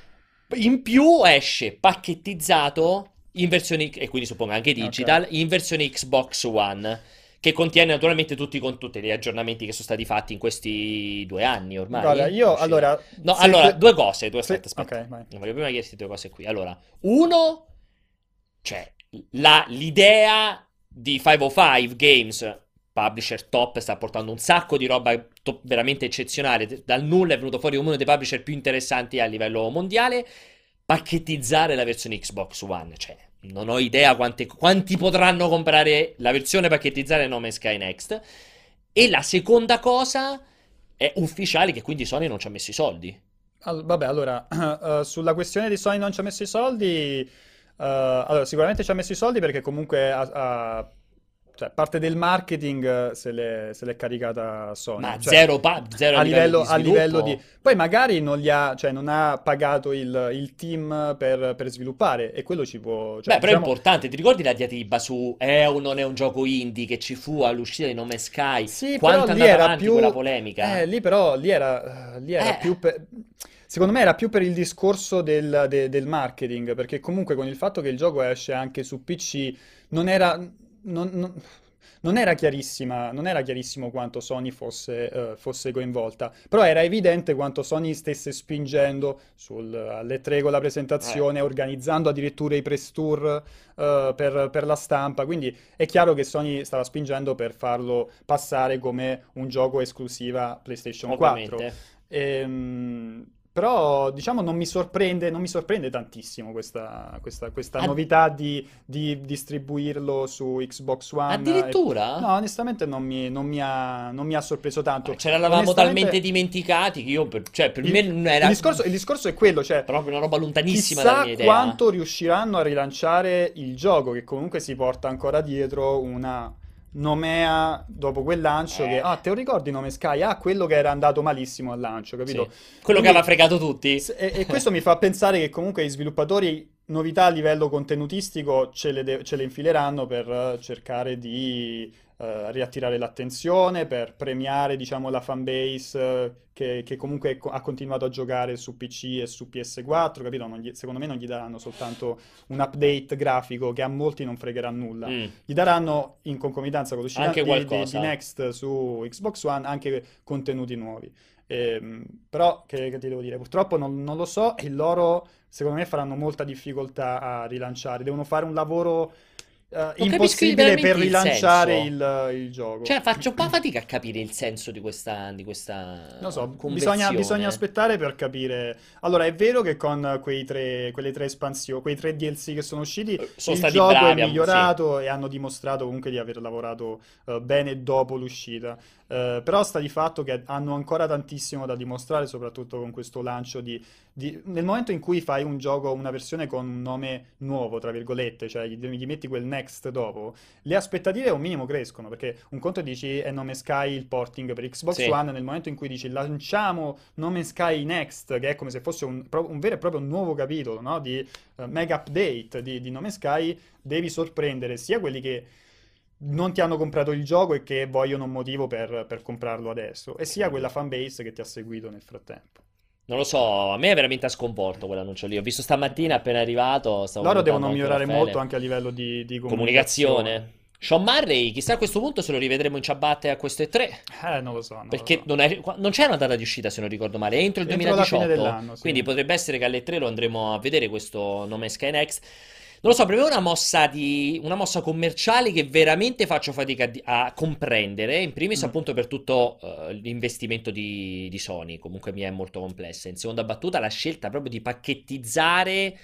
In più esce pacchettizzato in versione, e quindi suppongo anche ok. digital, in versione Xbox One, che contiene naturalmente tutti, con tutti gli aggiornamenti che sono stati fatti in questi due anni Guarda, ormai. io Uscita. allora... No, Se allora, de- due cose, due, se- aspetta, aspetta. ok, vai. Voglio prima chiederti due cose qui. Allora, uno, cioè, la- l'idea di cinquecentocinque Games, publisher top, sta portando un sacco di roba to- veramente eccezionale. Dal nulla è venuto fuori uno dei publisher più interessanti a livello mondiale. Pacchettizzare la versione Xbox One, cioè, non ho idea quante- quanti potranno comprare la versione pacchettizzata di No Man's Sky Next. E la seconda cosa è ufficiale che quindi Sony non ci ha messo i soldi. Al- vabbè, allora, eh, sulla questione di Sony non ci ha messo i soldi, eh, allora, sicuramente ci ha messo i soldi perché comunque ha, ha- cioè, parte del marketing eh, se l'è, se l'è caricata Sony, Ma cioè zero, pa- zero a a livello livello, di a livello di... sviluppo. Poi magari non gli ha, cioè, non ha pagato il, il team per, per sviluppare e quello ci può, cioè, Beh, però è diciamo... importante, ti ricordi la diatriba su è o non è un gioco indie che ci fu all'uscita di No Man's Sky? Sì, però Quanto è lì andata era avanti più... quella Eh, polemica? lì però, lì era, eh, lì era Eh, più per... Secondo me era più per il discorso del, de- del marketing, perché comunque con il fatto che il gioco esce anche su P C, non era... non- non- non era chiarissima, non era chiarissimo quanto Sony fosse, eh, fosse coinvolta, però era evidente quanto Sony stesse spingendo sul, alle tre con la eh, presentazione, organizzando addirittura i press tour, eh, per, per la stampa, quindi è chiaro che Sony stava spingendo per farlo passare come un gioco esclusiva PlayStation quattro. ovviamente. Ehm, però diciamo non mi sorprende, non mi sorprende tantissimo questa, questa- questa Ad- novità di, di distribuirlo su Xbox One. e- no, addirittura? onestamente non mi, non mi ha, non mi ha sorpreso Ma tanto. ce l'eravamo talmente Onestamente, dimenticati che io, per- cioè, per me il, non il era discorso, il discorso è quello, cioè, proprio una roba lontanissima dalla chissà mia idea. quanto riusciranno a rilanciare il gioco, che comunque si porta ancora dietro una nomea dopo quel lancio che, Eh, ah, te lo ricordi Nome Sky? Ah, quello che era andato malissimo al lancio, sì. capito? Quello che aveva Quindi, fregato tutti. s- e, e questo mi fa pensare che comunque gli sviluppatori novità a livello contenutistico ce le, de- ce le infileranno per eh, cercare di eh, riattirare l'attenzione, per premiare, diciamo, la fanbase eh, che, che comunque co- ha continuato a giocare su P C e su P S quattro, capito? Non gli- secondo me non gli daranno soltanto un update grafico che a molti non fregherà nulla. Mm, Gli daranno in concomitanza con l'uscita anche di, di- di qualcosa. Next su Xbox One anche contenuti nuovi. Ehm, però, che, che ti devo dire, purtroppo non, non lo so e loro, secondo me, faranno molta difficoltà a rilanciare. Devono fare un lavoro, eh, Non capisco impossibile per veramente il rilanciare senso. il, il gioco. Cioè, faccio un po' fatica a capire il senso di questa, di Non questa so, bisogna, bisogna conversione. aspettare per capire. Allora, è vero che con quei tre, quelle tre espansioni, quei tre D L C che sono usciti, Eh, Sono il stati gioco è bravi, a- sì. migliorato e hanno dimostrato comunque di aver lavorato eh, bene dopo l'uscita. Eh, però sta di fatto che hanno ancora tantissimo da dimostrare, soprattutto con questo lancio di, di- nel momento in cui fai un gioco, una versione con un nome nuovo, tra virgolette, cioè gli, gli metti quel next dopo, le aspettative un minimo crescono, perché un conto dici è Nome Sky il porting per Xbox Sì. One, nel momento in cui dici lanciamo Nome Sky Next, che è come se fosse un, pro- un vero e proprio nuovo capitolo, no? Di eh, mega update di, di Nome Sky, devi sorprendere sia quelli che non ti hanno comprato il gioco e che vogliono un motivo per, per comprarlo adesso, e sia quella fanbase che ti ha seguito nel frattempo. Non lo so, a me è veramente sconvolto quell'annuncio lì. Ho visto stamattina appena arrivato, stavo Loro devono guardando anche migliorare molto Raffaele. anche a livello di, di comunicazione. Comunicazione. Sean Murray, chissà a questo punto se lo rivedremo in ciabatte a questo E tre. Eh, non lo so, non lo Perché so. non, è- non c'è una data di uscita, se non ricordo male, è entro il Entro la fine duemiladiciotto. dell'anno, sì. Quindi potrebbe essere che alle tre lo andremo a vedere questo nome Skynex. Non lo so, per me è una mossa, di, una mossa commerciale che veramente faccio fatica a, di- a comprendere. In primis, Mm. appunto, per tutto eh, l'investimento di, di Sony. Comunque mi è molto complessa. In seconda battuta, la scelta proprio di pacchettizzare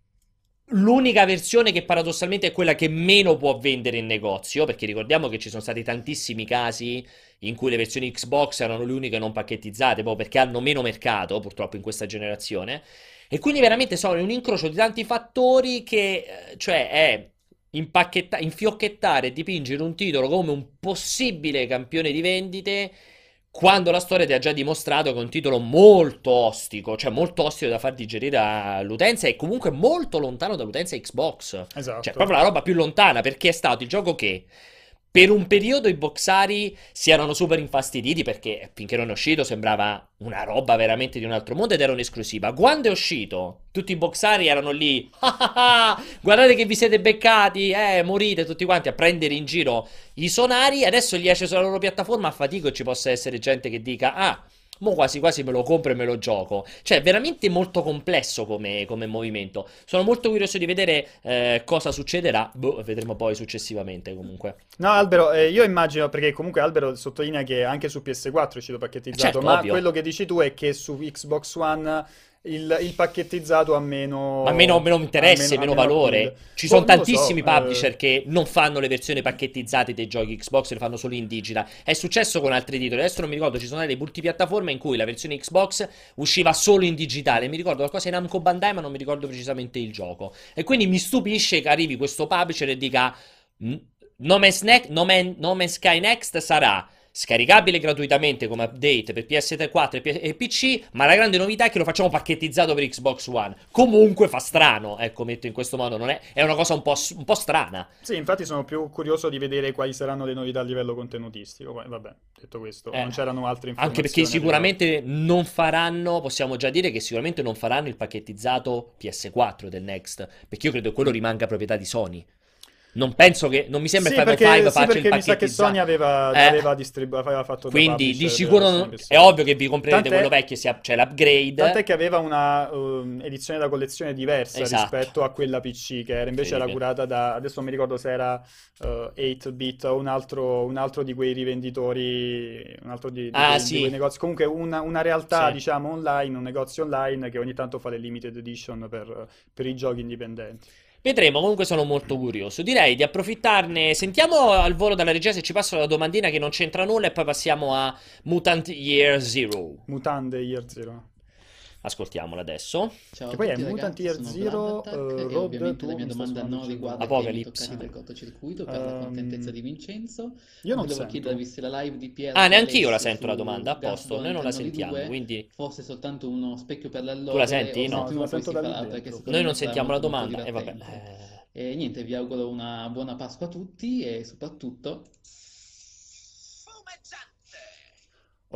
l'unica versione che paradossalmente è quella che meno può vendere in negozio, perché ricordiamo che ci sono stati tantissimi casi in cui le versioni Xbox erano le uniche non pacchettizzate, proprio perché hanno meno mercato, purtroppo in questa generazione. E quindi veramente sono un incrocio di tanti fattori che, eh, cioè, è impacchetta- infiocchettare e dipingere un titolo come un possibile campione di vendite quando la storia ti ha già dimostrato che è un titolo molto ostico, cioè molto ostico da far digerire all'utenza e comunque molto lontano dall'utenza Xbox. Cioè, Esatto. proprio la roba più lontana, perché è stato il gioco che per un periodo i boxari si erano super infastiditi perché finché non è uscito sembrava una roba veramente di un altro mondo ed era un'esclusiva. Quando è uscito, tutti i boxari erano lì, "Ah, ah, ah, guardate che vi siete beccati, eh, morite tutti quanti a prendere in giro i sonari. Adesso gli esce sulla loro piattaforma a fatica e ci possa essere gente che dica, ah, mo quasi quasi me lo compro e me lo gioco. Cioè, è veramente molto complesso come, come movimento. Sono molto curioso di vedere eh, cosa succederà. Boh, vedremo poi successivamente comunque. No, Albero, eh, io immagino, perché comunque Albero sottolinea che anche su P S quattro è uscito pacchettizzato, Certo, ma ovvio. quello che dici tu è che su Xbox One il, il pacchettizzato ha Ma meno, meno, meno ha interesse, meno, ha meno meno appeal. valore. Ci Boh, sono non lo so, tantissimi eh, publisher che non fanno le versioni pacchettizzate dei giochi Xbox, le fanno solo in digital. È successo con altri titoli. Adesso non mi ricordo, ci sono delle multipiattaforme in cui la versione Xbox usciva solo in digitale. Mi ricordo qualcosa in Namco Bandai, ma non mi ricordo precisamente il gioco. E quindi mi stupisce che arrivi questo publisher e dica: "Mm, No Man's, Ne- no Man- No Man's Sky Next sarà scaricabile gratuitamente come update per P S quattro e P- e P C, ma la grande novità è che lo facciamo pacchettizzato per Xbox One. Comunque fa strano, ecco, metto in questo modo, non è, è una cosa un po', s- un po' strana. sì, infatti sono più curioso di vedere quali saranno le novità a livello contenutistico. Poi, vabbè, detto questo, Eh, non c'erano altre anche perché informazioni al riguardo. sicuramente non faranno, possiamo già dire che sicuramente non faranno il pacchettizzato P S quattro del Next, perché io credo che quello Mm. rimanga proprietà di Sony. Non penso che, non mi sembra che Sì, perché, cinquecentocinque sì, faccia il perché mi sa che Sony pacchettizzato. aveva, Eh, aveva, distribu- aveva fatto da quindi di publisher sicuro per Sony non- è ovvio che P S quattro. vi comprerete quello Tant'è, vecchio, sia, c'è tant'è l'upgrade. che aveva una um, edizione da collezione diversa Esatto, rispetto a quella P C, che era, invece era incredibile. curata da, adesso non mi ricordo se era uh, otto bit o un altro, un altro di quei rivenditori, un altro di, di Ah quei, di quei sì, negozi, comunque una, una realtà, sì. diciamo, online, un negozio online che ogni tanto fa le limited edition per, per i giochi indipendenti. Vedremo, comunque sono molto curioso. Direi di approfittarne. Sentiamo al volo dalla regia se ci passa una domandina che non c'entra nulla e poi passiamo a Mutant Year Zero. Mutande Year Zero. Ascoltiamola adesso. Ciao Che a poi è tutti Mutant ragazzi, Year sono Zero, Blood eh, Attack e Road ovviamente la to... mia mi sta domanda suonando non il riguarda i cellulare. temi Apocalypse. toccati dal cortocircuito per la contentezza Ehm, di Vincenzo. io non Volevo chiedervi sento. se la live di Pier Ah, e neanch'io la Alessio sento la domanda. A su posto, noi Gaston non la Cannoli sentiamo, due quindi fosse soltanto uno specchio per tu la l'allodole o senti? se No, No. la prima o poi sento si da lì farà, perché dentro. Noi secondo non me sarà sentiamo la molto molto domanda. E vabbè. divertente. eh. E niente, vi auguro una buona Pasqua a tutti e soprattutto Ho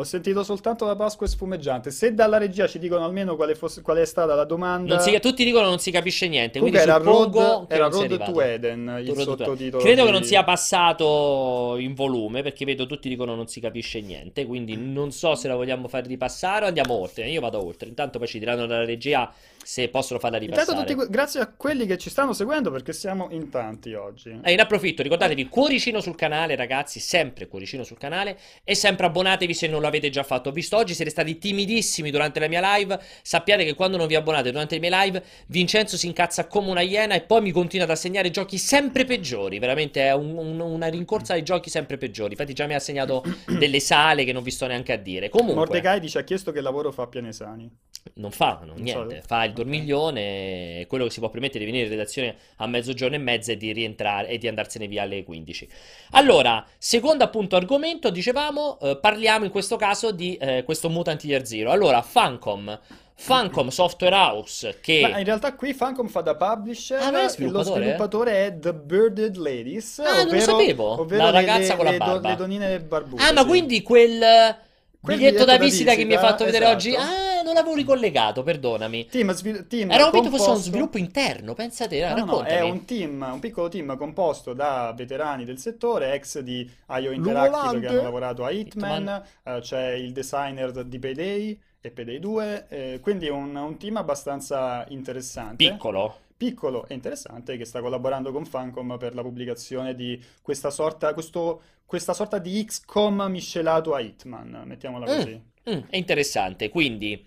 Ho sentito soltanto la Pasqua è sfumeggiante. Se dalla regia ci dicono almeno quale, fosse, quale è stata la Non si- domanda. tutti dicono non si capisce niente, quindi Comunque era Road, suppongo che era non sia Road to arrivato. Eden, il Road to Eden. sottotitolo Credo che non sia di... passato in volume, perché vedo tutti dicono non si capisce niente, quindi non so se la vogliamo far ripassare o andiamo oltre. Io vado oltre, intanto poi ci diranno dalla regia se possono farla Intanto tutti, ripassare. que- grazie a quelli che ci stanno seguendo perché siamo in tanti oggi. E in approfitto, ricordatevi cuoricino sul canale, ragazzi, sempre cuoricino sul canale e sempre abbonatevi se non l'avete già fatto. Ho visto oggi siete stati timidissimi durante la mia live. Sappiate che quando non vi abbonate durante le mie live, Vincenzo si incazza come una iena e poi mi continua ad assegnare giochi sempre peggiori. Veramente è un- un- una rincorsa ai giochi sempre peggiori. Infatti già mi ha assegnato delle sale che non vi sto neanche a dire. Comunque, Mordecai ci ha chiesto che lavoro fa Pianesani. non fa no, Non so. niente, fa il Ok. dormiglione, quello che si può permettere di venire in redazione a mezzogiorno e mezza e di rientrare e di andarsene via alle quindici. Allora, secondo appunto argomento, dicevamo, eh, parliamo in questo caso di eh, questo Mutant Year Zero. Allora, Funcom, Funcom Software House che... Ma in realtà qui Funcom fa da publisher Ah, non è e lo sviluppatore? sviluppatore è The Birded Ladies, Ah, non lo ovvero, sapevo. ovvero La le- ragazza le- con la le do- barba. le donine barbuse, Ah, ma sì. quindi quel Quel biglietto da da visita che mi hai fatto vedere esatto. oggi... Ah, non l'avevo ricollegato, perdonami. Team, svil- team Era convinto fosse uno composto- sviluppo interno, pensate, No, no, no, è raccontami. un team, un piccolo team composto da veterani del settore, ex di I O Interactive che hanno lavorato a Hitman, Hitman. eh, c'è il designer di Payday e Payday due, eh, quindi è un, un team abbastanza interessante. Piccolo. Piccolo e interessante che sta collaborando con Funcom per la pubblicazione di questa sorta, questo, questa sorta di X COM miscelato a Hitman, mettiamola Mm, così. mm, è interessante, quindi...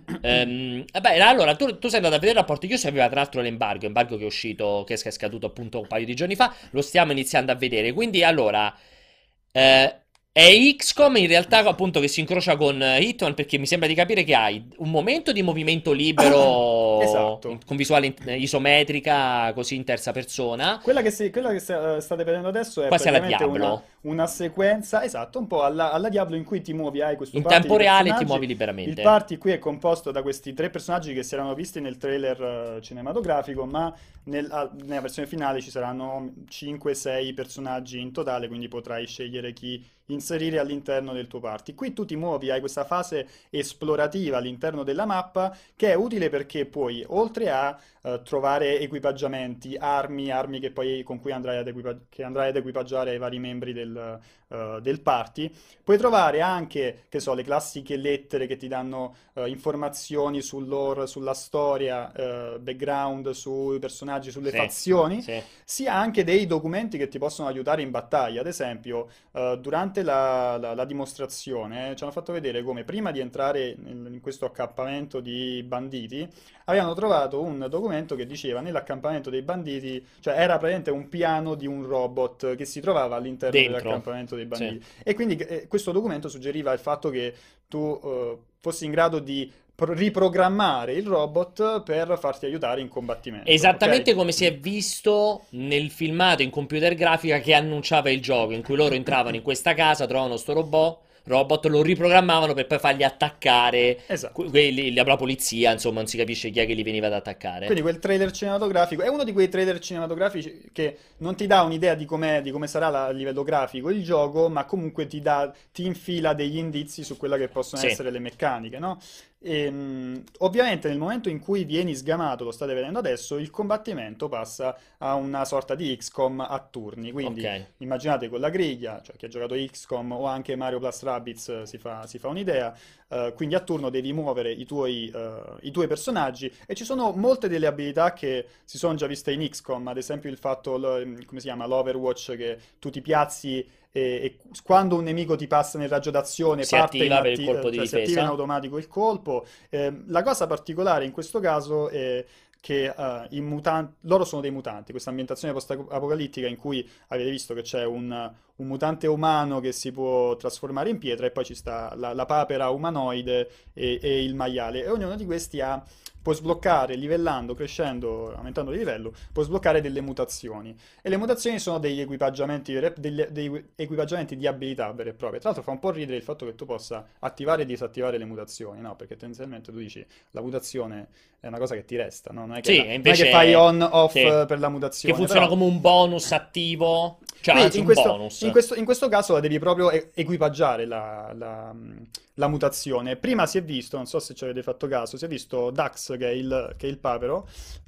ehm, vabbè, allora, tu, tu sei andato a vedere il rapporto, io sapevo tra l'altro l'embargo, embargo che è uscito, che è scaduto appunto un paio di giorni fa, lo stiamo iniziando a vedere, quindi allora... eh, è X COM in realtà appunto che si incrocia con eh, Hitman perché mi sembra di capire che hai un momento di movimento libero Esatto. in- con visuale in- isometrica così in terza persona. Quella che, si- quella che si- eh, state vedendo adesso è Quasi alla praticamente una, Diablo. una sequenza, esatto, un po' alla, alla Diablo in cui ti muovi, hai questo In party tempo di reale ti personaggi. muovi Il liberamente. party qui è composto da questi tre personaggi che si erano visti nel trailer eh, cinematografico, ma nel- a- nella versione finale ci saranno cinque sei personaggi in totale, quindi potrai scegliere chi inserire all'interno del tuo party. Qui tu ti muovi, hai questa fase esplorativa all'interno della mappa che è utile perché puoi, oltre a eh, trovare equipaggiamenti, armi, armi che poi con cui andrai ad, equipa- che andrai ad equipaggiare ai vari membri del, eh, del party, puoi trovare anche, che so, le classiche lettere che ti danno eh, informazioni sul lore, sulla storia, eh, background, sui personaggi, sulle Sì, fazioni, sì. sia anche dei documenti che ti possono aiutare in battaglia. Ad esempio, eh, durante la, la- la dimostrazione eh, ci hanno fatto vedere come prima di entrare in, in questo accampamento di banditi avevano trovato un documento che diceva nell'accampamento dei banditi, cioè era praticamente un piano di un robot che si trovava all'interno Dentro. dell'accampamento dei Sì. banditi. E quindi eh, questo documento suggeriva il fatto che tu eh, fossi in grado di pro- riprogrammare il robot per farti aiutare in combattimento. Esattamente ok? come si è visto nel filmato in computer grafica che annunciava il gioco, in cui loro entravano in questa casa, trovavano sto robot, robot, lo riprogrammavano per poi fargli attaccare Esatto. que- quelli- la polizia, insomma, non si capisce chi è che li veniva ad attaccare. Quindi quel trailer cinematografico è uno di quei trailer cinematografici che non ti dà un'idea di com'è, di come sarà la- a livello grafico il gioco, ma comunque ti dà, ti infila degli indizi su quelle che possono Sì. essere le meccaniche, no? E, mh, ovviamente nel momento in cui vieni sgamato, lo state vedendo adesso, il combattimento passa a una sorta di X COM a turni. Quindi Ok. immaginate con la griglia, cioè chi ha giocato X COM o anche Mario Plus Rabbids eh, si fa, si fa un'idea. Eh, quindi a turno devi muovere i tuoi, eh, i tuoi personaggi e ci sono molte delle abilità che si sono già viste in X COM, ad esempio il fatto, l- come si chiama, l'Overwatch, che tu ti piazzi e, e quando un nemico ti passa nel raggio d'azione Si parte attiva in, per il atti- colpo di cioè si attiva in difesa. automatico il colpo. Eh, la cosa particolare in questo caso è che eh, i mutanti, loro sono dei mutanti, questa ambientazione post-apocalittica in cui avete visto che c'è un, un mutante umano che si può trasformare in pietra e poi ci sta la, la papera umanoide e, e il maiale e ognuno di questi ha puoi sbloccare, livellando, crescendo, aumentando di livello, puoi sbloccare delle mutazioni. E le mutazioni sono degli equipaggiamenti, vere- degli, degli equipaggiamenti di abilità vere e proprie. Tra l'altro fa un po' ridere il fatto che tu possa attivare e disattivare le mutazioni, no? Perché tendenzialmente tu dici la mutazione è una cosa che ti resta, no? Non è che, Sì, la- e non è invece che fai on-off sì, per la che mutazione, funziona però... come un bonus attivo, cioè Qui anzi in un questo, bonus. in questo- in questo caso la devi proprio e- equipaggiare la, la, mh, la mutazione. Prima si è visto, non so se ci avete fatto caso, si è visto Dax, che è il, che è il papero,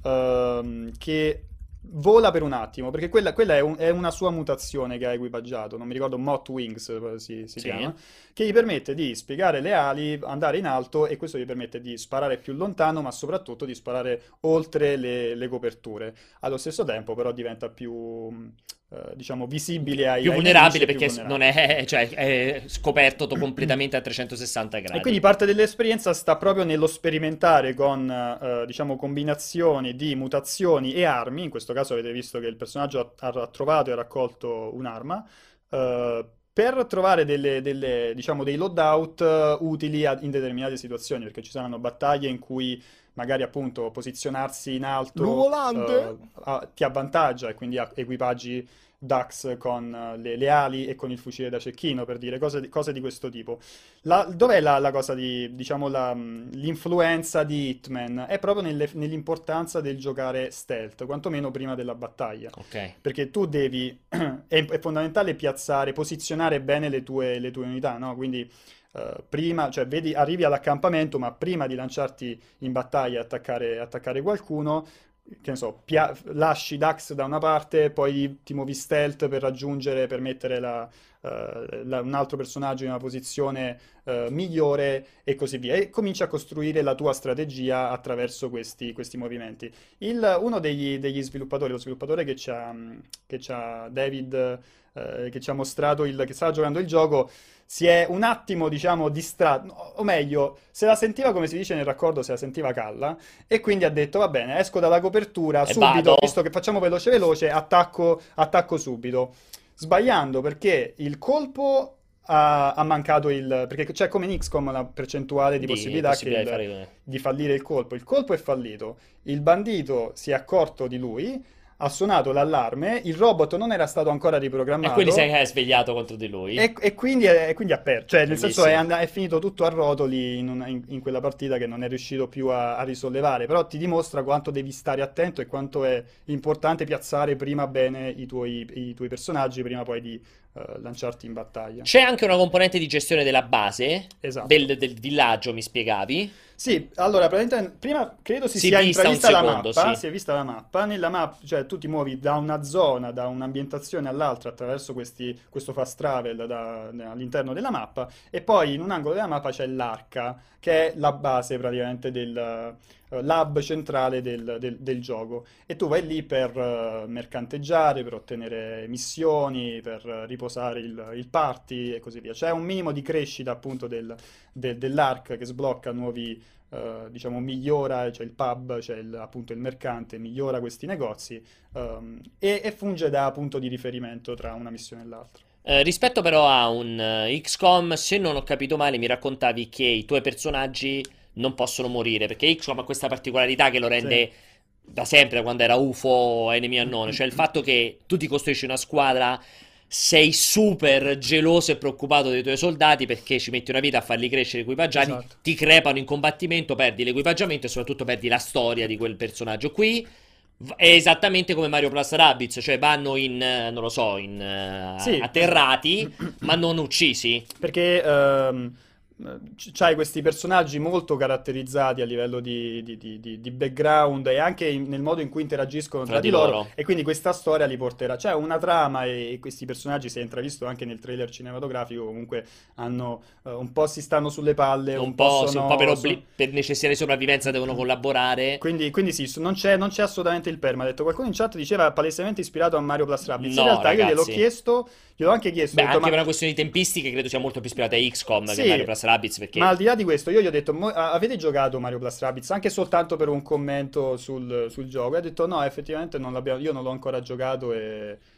ehm, che vola per un attimo, perché quella, quella è, un- è una sua mutazione che ha equipaggiato, non mi ricordo, Moth Wings eh, si, si Sì. chiama, che gli permette di spiegare le ali, andare in alto e questo gli permette di sparare più lontano, ma soprattutto di sparare oltre le, le coperture. Allo stesso tempo però diventa più, mh, eh, diciamo, visibile ai, Più ai nemici vulnerabile e più perché non vulnerabile. è, cioè, è scoperto to- completamente a trecentosessanta E quindi gradi. parte dell'esperienza sta proprio nello sperimentare con, eh, diciamo, combinazioni di mutazioni e armi. In questo caso avete visto che il personaggio ha, ha trovato e raccolto un'arma, eh, per trovare delle, delle, diciamo, dei loadout eh, utili a- in determinate situazioni, perché ci saranno battaglie in cui magari appunto posizionarsi in alto eh, L'volante? a- ti avvantaggia e quindi a- equipaggi Dax con eh, le, le ali e con il fucile da cecchino, per dire cose di, cose di questo tipo. La- dov'è la, la cosa di, diciamo, la, mh, l'influenza di Hitman? È proprio nelle- nell'importanza del giocare stealth, quantomeno prima della battaglia. Ok. Perché tu devi, è, è fondamentale piazzare, posizionare bene le tue, le tue unità, no? Quindi eh, prima, cioè vedi, arrivi all'accampamento, ma prima di lanciarti in battaglia e attaccare, attaccare qualcuno, che ne so, pia- lasci Dax da una parte, poi ti muovi stealth per raggiungere, per mettere la- eh, la- un altro personaggio in una posizione eh, migliore e così via. E cominci a costruire la tua strategia attraverso questi, questi movimenti. Il- uno degli, degli sviluppatori, lo sviluppatore che ci ha, che ci ha David, eh, che ci ha mostrato il, che stava giocando il gioco, si è un attimo, diciamo, distratto, o meglio, se la sentiva, come si dice nel raccordo, se la sentiva calla, e quindi ha detto, va bene, esco dalla copertura E subito, vado. visto che facciamo veloce veloce, attacco, attacco subito. Sbagliando perché il colpo ha, ha mancato il... perché c'è come in X COM la percentuale di Di possibilità che possibilità di il- fare. di fallire il colpo. Il colpo è fallito, il bandito si è accorto di lui, ha suonato l'allarme, il robot non era stato ancora E quindi si riprogrammato. è svegliato contro di lui. E, e quindi, è, e quindi ha perso, cioè nel senso è, Bellissimo. and- è finito tutto a rotoli in, una- in- in quella partita che non è riuscito più a, a risollevare, però ti dimostra quanto devi stare attento e quanto è importante piazzare prima bene i tuoi, i tuoi personaggi prima poi di eh, lanciarti in battaglia. C'è anche una componente di gestione della base, Esatto. del, del villaggio, mi spiegavi? Sì, allora, praticamente, prima credo si Si sia vista un intravista la secondo, mappa, sì. si è vista la mappa, nella mappa, cioè tu ti muovi da una zona, da un'ambientazione all'altra attraverso questi, questo fast travel da- da- all'interno della mappa e poi in un angolo della mappa c'è l'arca, che è la base praticamente del eh, lab centrale del, del- del gioco e tu vai lì per eh, mercanteggiare, per ottenere missioni, per eh, riposare il, il party e così via. C'è un minimo di crescita appunto del, del- dell'arc che sblocca nuovi eh, diciamo, migliora, c'è il pub, c'è il- appunto il mercante, migliora questi negozi ehm, e, e funge da punto di riferimento tra una missione e l'altra. Eh, rispetto però a un eh, X COM, se non ho capito male, mi raccontavi che i tuoi personaggi non possono morire, perché X COM ha questa particolarità che lo Sì. rende da sempre, da quando era U F O, Enemy Unknown, cioè il fatto che tu ti costruisci una squadra, sei super geloso e preoccupato dei tuoi soldati perché ci metti una vita a farli crescere equipaggiati, Esatto. ti crepano in combattimento, perdi l'equipaggiamento e soprattutto perdi la storia di quel personaggio. Qui v- è esattamente come Mario Plus Rabbids, cioè vanno in, eh, non lo so, in eh, Sì, atterrati, ma non uccisi. perché ehm, c- c'hai questi personaggi molto caratterizzati a livello di, di- di- di- di background e anche in- nel modo in cui interagiscono tra Tra di di loro, loro. e quindi questa storia li porterà. C'è una trama e, e questi personaggi, si è intravisto anche nel trailer cinematografico, comunque hanno eh, un po' si stanno sulle palle, Un un po' po', sì, un po' per, sono, obbli- so- per necessità di sopravvivenza devono collaborare. Quindi, quindi sì, su- non c'è non c'è assolutamente il perma. Ha detto qualcuno in chat diceva palesemente ispirato a Mario Plus Rabbids. In No, realtà io gliel'ho ragazzi. chiesto, gliel'ho anche chiesto, Beh, ho detto, anche ma per una questione di tempistiche credo sia molto più ispirata a X COM che sì, a Mario Plus Rabbids, perché ma al di là di questo, io gli ho detto, "Mo- a- avete giocato Mario Plus Rabbids anche soltanto per un commento sul, sul gioco?" E ha detto, no, effettivamente non l'abbiamo, io non l'ho ancora giocato e,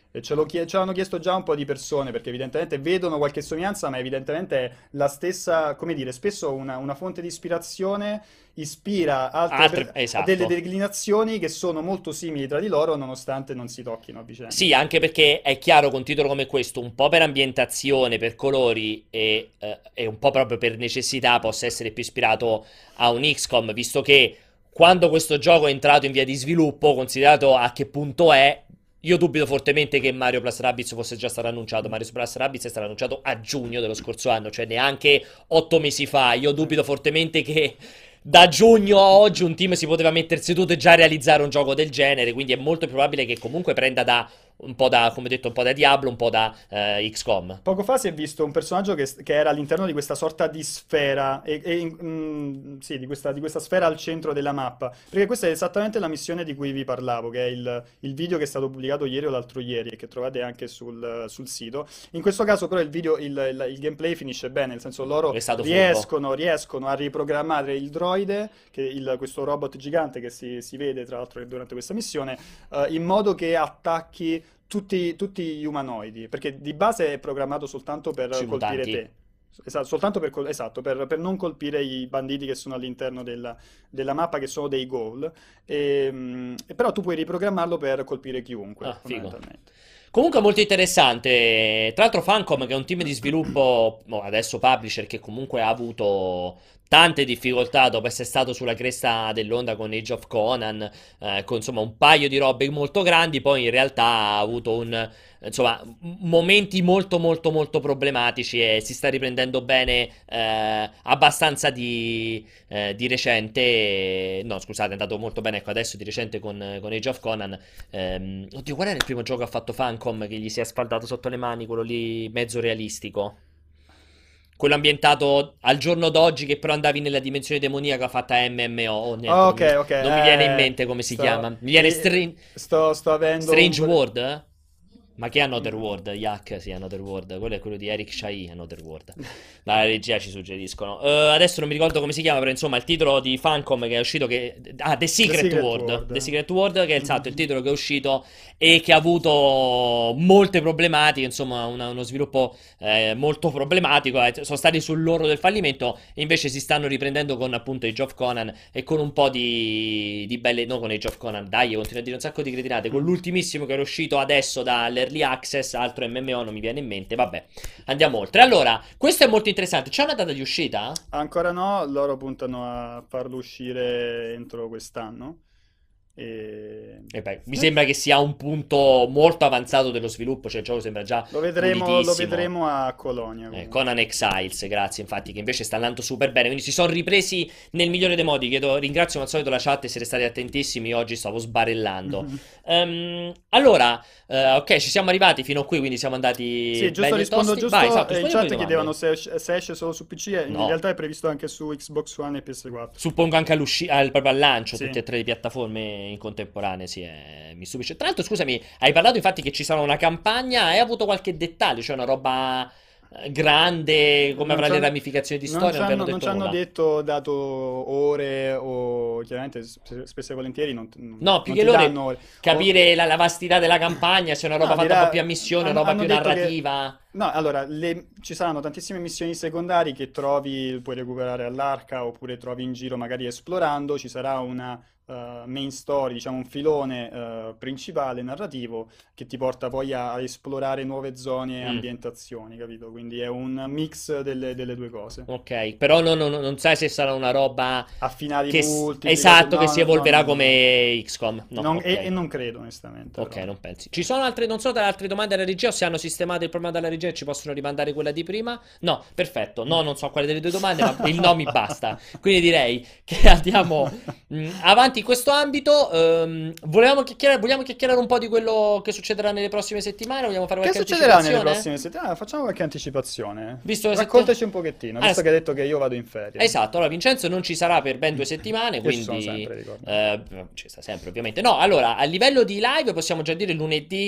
E ce lo chie- ce l'hanno chiesto già un po' di persone, perché evidentemente vedono qualche somiglianza, ma evidentemente è la stessa, come dire, spesso una, una fonte di ispirazione ispira altre Altre, per- a delle esatto. declinazioni che sono molto simili tra di loro, nonostante non si tocchino a vicenda. Sì, anche perché è chiaro che un titolo come questo, un po' per ambientazione, per colori e, eh, e un po' proprio per necessità, possa essere più ispirato a un X COM, visto che quando questo gioco è entrato in via di sviluppo, considerato a che punto è, io dubito fortemente che Mario Plus Rabbids fosse già stato annunciato. Mario Plus Rabbids è stato annunciato a giugno dello scorso anno, cioè neanche otto mesi fa. Io Sì. dubito fortemente che da giugno a oggi un team si poteva mettere seduto e già realizzare un gioco del genere, quindi è molto probabile che comunque prenda da un po' da, come detto, un po' da Diablo, un po' da eh, X COM. Poco fa si è visto un personaggio che, che era all'interno di questa sorta di sfera, e, e in- mm, sì, di questa, di questa sfera al centro della mappa, perché questa è esattamente la missione di cui vi parlavo, che è il, il video che è stato pubblicato ieri o l'altro ieri e che trovate anche sul, sul sito. In questo caso però il video, il, il- il gameplay finisce bene, nel senso È loro stato furbo. riescono, riescono a riprogrammare il droide, che il- questo robot gigante che si, si vede tra l'altro durante questa missione, eh, in modo che attacchi tutti, tutti gli umanoidi, perché di base è programmato soltanto per Sui colpire mutanti. te. Esatto, soltanto per, col- esatto, per, per non colpire i banditi che sono all'interno della, della mappa, che sono dei goal. E, mm, e però tu puoi riprogrammarlo per colpire chiunque, Ah, figo. fondamentalmente. Comunque molto interessante. Tra l'altro Funcom, che è un team di sviluppo, boh, adesso publisher, che comunque ha avuto tante difficoltà dopo essere stato sulla cresta dell'onda con Age of Conan, eh, con insomma un paio di robe molto grandi, poi in realtà ha avuto un, insomma, m- momenti molto molto molto problematici e si sta riprendendo bene eh, abbastanza di, eh, di recente. No, scusate, è andato molto bene, ecco, adesso di recente con, con Age of Conan. Ehm, oddio, qual era il primo gioco che ha fatto Funcom che gli si è spaldato sotto le mani, quello lì mezzo realistico? Quello ambientato al giorno d'oggi che però andavi nella dimensione demoniaca fatta M M O. Oh, niente, Ah, non mi, ok, ok, non mi viene in eh, mente come si chiama. sto, Mi viene eh, Stran- sto, sto avendo un... Strange bre- World? Eh? Ma che è Another Mm. World? Yak, sì, Another World. Quello è quello di Eric Chahi, Another World. La regia ci suggeriscono. Eh, adesso non mi ricordo come si chiama, però insomma il titolo di Funcom che è uscito che... Ah, The The Secret Secret World. The World. Secret World, che è esatto, il Mhm. titolo che è uscito e che ha avuto molte problematiche, insomma una- uno sviluppo eh, molto problematico. eh, Sono stati sull'orlo del fallimento e invece si stanno riprendendo con appunto Age of Conan e con un po' di, di belle... No, con Age of Conan, dai, io continuo a dire un sacco di cretinate. Con l'ultimissimo che era uscito adesso dall'Early Access, altro M M O non mi viene in mente, vabbè. Andiamo oltre. Allora, questo è molto interessante. C'è una data di uscita? Ancora no, loro puntano a farlo uscire entro quest'anno. E... E beh, mi eh, sembra che sia un punto molto avanzato dello sviluppo, cioè il gioco sembra già Lo vedremo, lo pulitissimo. vedremo a Colonia Eh, comunque. Conan Exiles, grazie, infatti, che invece sta andando super bene. Quindi si sono ripresi nel migliore dei modi. Chiedo, ringrazio come al solito la chat, siete stati attentissimi. Oggi stavo sbarellando. Ehm, allora, eh, ok, ci siamo arrivati fino a qui, quindi siamo andati Sì, giusto, belli e rispondo tosti. Vai, giusto. esatto, eh, In rispondi alle chat chiedevano domande. se, esce se esce solo su P C, e in No, realtà è previsto anche su Xbox One e P S quattro. suppongo anche all'usci- al, proprio al lancio, tutte Sì. e tre le piattaforme in contemporanea, sì, eh, mi stupisce. Tra l'altro, scusami, hai parlato infatti che ci sarà una campagna, hai avuto qualche dettaglio, cioè una roba eh, grande, come Non avrà ci le han- ramificazioni di non storia, ci non vi hanno hanno, non ci detto hanno nulla. detto, dato ore o chiaramente sp- spesso e volentieri non, non- No, più non che ti loro danno ore. O- capire la, la vastità della campagna, se è una roba No, fatta un po' più dirà, a missione, una han- roba hanno più detto che... narrativa. No, allora, le- ci saranno tantissime missioni secondarie che trovi, puoi recuperare all'arca oppure trovi in giro magari esplorando, ci sarà una eh, main story, diciamo un filone eh, principale narrativo che ti porta poi a, a esplorare nuove zone e Mm. ambientazioni, capito? Quindi è un mix delle, delle due cose. Ok, però non, non- non sai se sarà una roba A finali che... s- multipli, cose... Esatto, che No, si no, no, evolverà no, no, no. come X COM. No, Non- e, e ok. non credo, onestamente, Ok, però. non pensi. Ci sono altre, non so, delle altre domande alla regia o se hanno sistemato il problema della regia e ci possono rimandare quella di prima? No, perfetto. No, non so quale delle due domande, ma il no mi basta. Quindi direi che andiamo mh, avanti in questo ambito. Ehm, volevamo chiacchierare, vogliamo chiacchierare un po' di quello che succederà nelle prossime settimane? Vogliamo fare Che qualche succederà nelle anticipazione? prossime settimane? Ah, facciamo qualche anticipazione. Visto che sett- Raccontaci un pochettino, Ah, visto s- che hai detto che io vado in ferie. Esatto, allora Vincenzo non ci sarà per ben due settimane, Io ci sono quindi sempre, ricordo. eh, ci sta sempre ovviamente. No, allora a livello di live possiamo già dire lunedì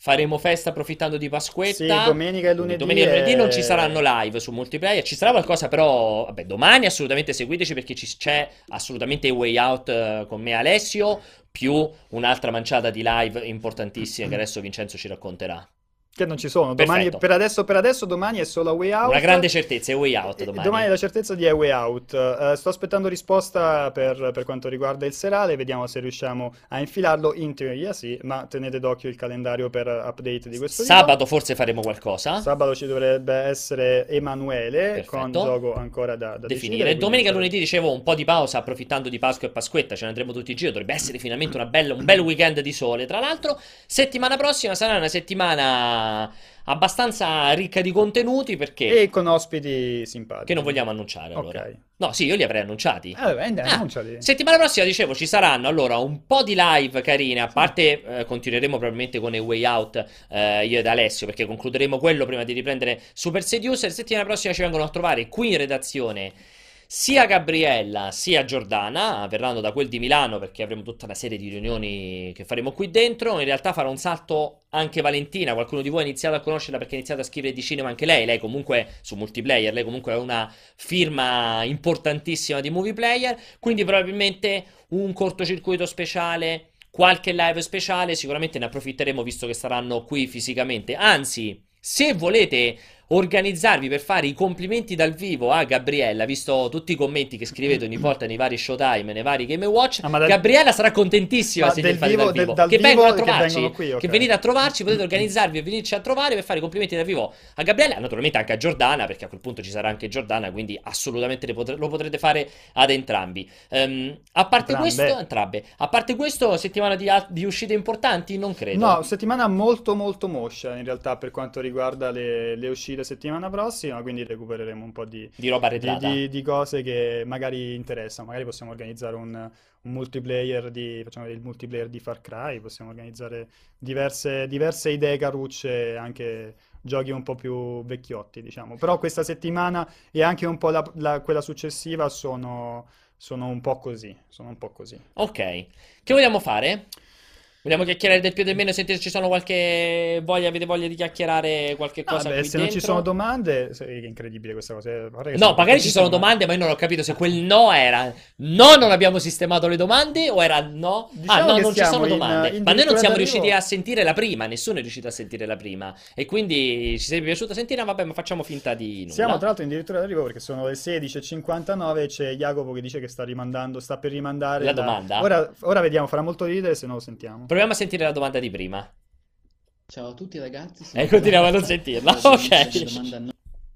faremo festa approfittando di Pasquetta. Sì, domenica e Quindi lunedì. domenica e lunedì e- non ci saranno live su multiplayer, ci sarà qualcosa però, vabbè, domani assolutamente seguiteci perché ci- c'è assolutamente Way Out eh, con me e Alessio, più un'altra manciata di live importantissime che adesso Vincenzo ci racconterà. Che non ci sono. Domani, Perfetto. per adesso, per adesso domani è solo A Way Out. Una grande certezza, è Way Out E- domani. Domani è la certezza di A Way Out. Eh, sto aspettando risposta per, per quanto riguarda il serale, vediamo se riusciamo a infilarlo. In teoria sì, ma tenete d'occhio il calendario per update di questo video. Sabato forse faremo qualcosa. Sabato ci dovrebbe essere Emanuele con Perfetto. gioco ancora da, da Definire. decidere, quindi Domenica e sarà- lunedì dicevo un po' di pausa approfittando di Pasqua e Pasquetta, ce ne andremo tutti in giro, dovrebbe essere finalmente una bella- un bel weekend di sole. Tra l'altro, settimana prossima sarà una settimana abbastanza ricca di contenuti perché E con ospiti simpatici. che non vogliamo annunciare allora. Ok. No, sì, io li avrei annunciati. Eh, beh, dai, Ah, annunciali. settimana prossima, dicevo, ci saranno allora un po' di live carine. A parte, eh, continueremo probabilmente con i Way Out, eh, io ed Alessio, perché concluderemo quello prima di riprendere Super Seducer. Settimana prossima ci vengono a trovare qui in redazione sia Gabriella sia Giordana. Verranno da quel di Milano perché avremo tutta una serie di riunioni che faremo qui dentro. In realtà farà un salto anche Valentina. Qualcuno di voi ha iniziato a conoscerla perché ha iniziato a scrivere di cinema anche lei. Lei comunque su multiplayer, lei comunque è una firma importantissima di movie player. Quindi probabilmente un cortocircuito speciale, qualche live speciale, sicuramente ne approfitteremo visto che saranno qui fisicamente. Anzi, se volete organizzarvi per fare i complimenti dal vivo a Gabriella, visto tutti i commenti che scrivete ogni volta nei vari Showtime, nei vari Game Watch, Ah, ma dal- Gabriella sarà contentissima Ma se del li fate vivo- dal del- vivo. dal che vivo vengono a che trovarci, vengono qui, ok. che venite a trovarci, potete organizzarvi e venirci a trovare per fare i complimenti dal vivo a Gabriella, naturalmente anche a Giordana, perché a quel punto ci sarà anche Giordana, quindi assolutamente le potre- lo potrete fare ad entrambi. Ehm, a parte Entrambe. questo, entrambe. A parte questo, settimana di, al- di uscite importanti? Non credo. No, settimana molto molto moscia in realtà per quanto riguarda le, le uscite settimana prossima, quindi recupereremo un po' di, Di roba di, arretrata. di- di cose che magari interessano. Magari possiamo organizzare un, un multiplayer di, facciamo il multiplayer di Far Cry, possiamo organizzare diverse, diverse idee carucce, anche giochi un po' più vecchiotti, diciamo. Però questa settimana e anche un po' la- la- quella successiva sono, sono un po' così, sono un po' così. Ok. Che vogliamo fare? Vogliamo chiacchierare del più e del meno e sentire se ci sono qualche voglia, avete voglia di chiacchierare qualche Ah, cosa beh, qui se non ci dentro? sono domande, se- è incredibile questa cosa. eh, guarda che No, sono magari ci sono contentissimo, ma- domande, ma io non ho capito se quel no era no, non abbiamo sistemato le domande o era no. Ah, Diciamo no, che non ci siamo sono in- domande. in Ma noi non dirittura siamo d'arrivo. riusciti a sentire la prima, nessuno è riuscito a sentire la prima. E quindi ci sarebbe piaciuto sentire, vabbè, ma facciamo finta di nulla. Siamo tra l'altro addirittura d'arrivo perché sono le sedici e cinquantanove e c'è Jacopo che dice che sta rimandando, sta per rimandare La domanda? Ora, ora vediamo, farà molto ridere se non lo sentiamo. Proviamo a sentire la domanda di prima. Ciao a tutti ragazzi, sono E continuiamo a non Giovanni. sentirla. Oggi Ok. c'è una domanda a noi.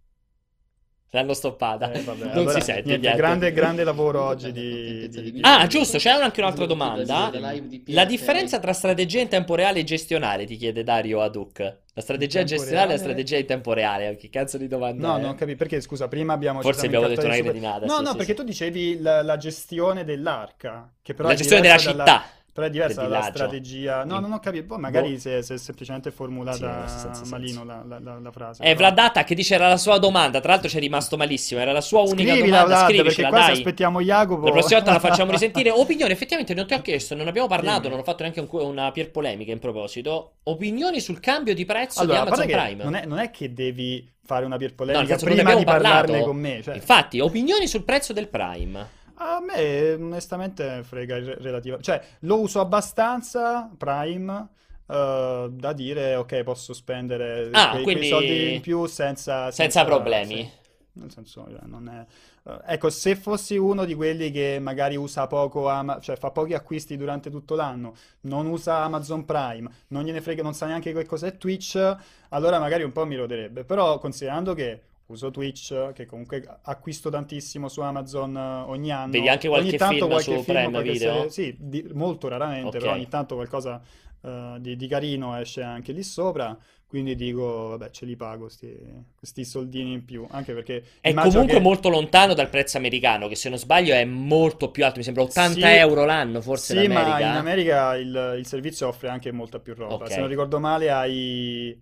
L'hanno stoppata. Eh, vabbè, Non allora, si sente niente, niente. grande, grande lavoro Per oggi la di, contentezza di- di Ah, giusto, c'è anche un'altra Volevo domanda. chiedere la live di Pier La se- differenza tra strategia in tempo reale e gestionale, ti chiede Dario Aduc. La strategia In tempo gestionale e la reale? strategia in tempo reale. Che cazzo di domanda No, è? non ho capito perché, scusa, prima abbiamo... ci Forse siamo abbiamo detto una incazzati cretinata, super- No, sì, no, sì, perché sì. tu dicevi la, la gestione dell'arca, che però La è gestione della diversa dalla- città. Però è diversa del dalla villaggio. strategia... No, In- non ho capito, poi magari Boh. se, se è semplicemente Sì, non ha formulata abbastanza malino la, la- la- la frase. È però- Vladata che dice era la sua domanda. Tra l'altro ci è rimasto malissimo. Era la sua unica Scrivila, domanda. Vlad, perché Scrivicela, qua se dai. aspettiamo Jacopo... La prossima volta la facciamo risentire. Opinioni, effettivamente non ti ho chiesto, non abbiamo parlato, Dimmi. non ho fatto neanche un- una pier polemica in proposito. Opinioni sul cambio di prezzo Allora, a di parte Amazon che Prime. non è, non è che devi fare una peer No, polemica nel senso, non prima ne di abbiamo parlarne parlato. con me. Cioè, Infatti, opinioni sul prezzo del Prime. a me onestamente frega il relativa. Cioè, lo uso abbastanza Prime eh, da dire ok, posso spendere Ah, quei, quei quindi- soldi in più senza, Senza problemi. sì. Nel senso, cioè, non è... eh, ecco, se fossi uno di quelli che magari usa poco, Ama- cioè fa pochi acquisti durante tutto l'anno, non usa Amazon Prime, non gliene frega, non sa neanche che cos'è Twitch, allora magari un po' mi roderebbe. Però considerando che uso Twitch, che comunque acquisto tantissimo su Amazon eh, ogni anno, Vedi anche ogni qualche tanto film qualche su film, Prime qualche Video? serie- sì, di- molto raramente, Ok. però ogni tanto qualcosa eh, di, di carino esce anche lì sopra. Quindi dico, vabbè, ce li pago sti- questi soldini in più, anche perché È immagino comunque che- molto lontano dal prezzo americano, che se non sbaglio è molto più alto. Mi sembra ottanta Sì, euro l'anno, forse sì, in ma America. in America il, il servizio offre anche molta più roba. Ok. Se non ricordo male, hai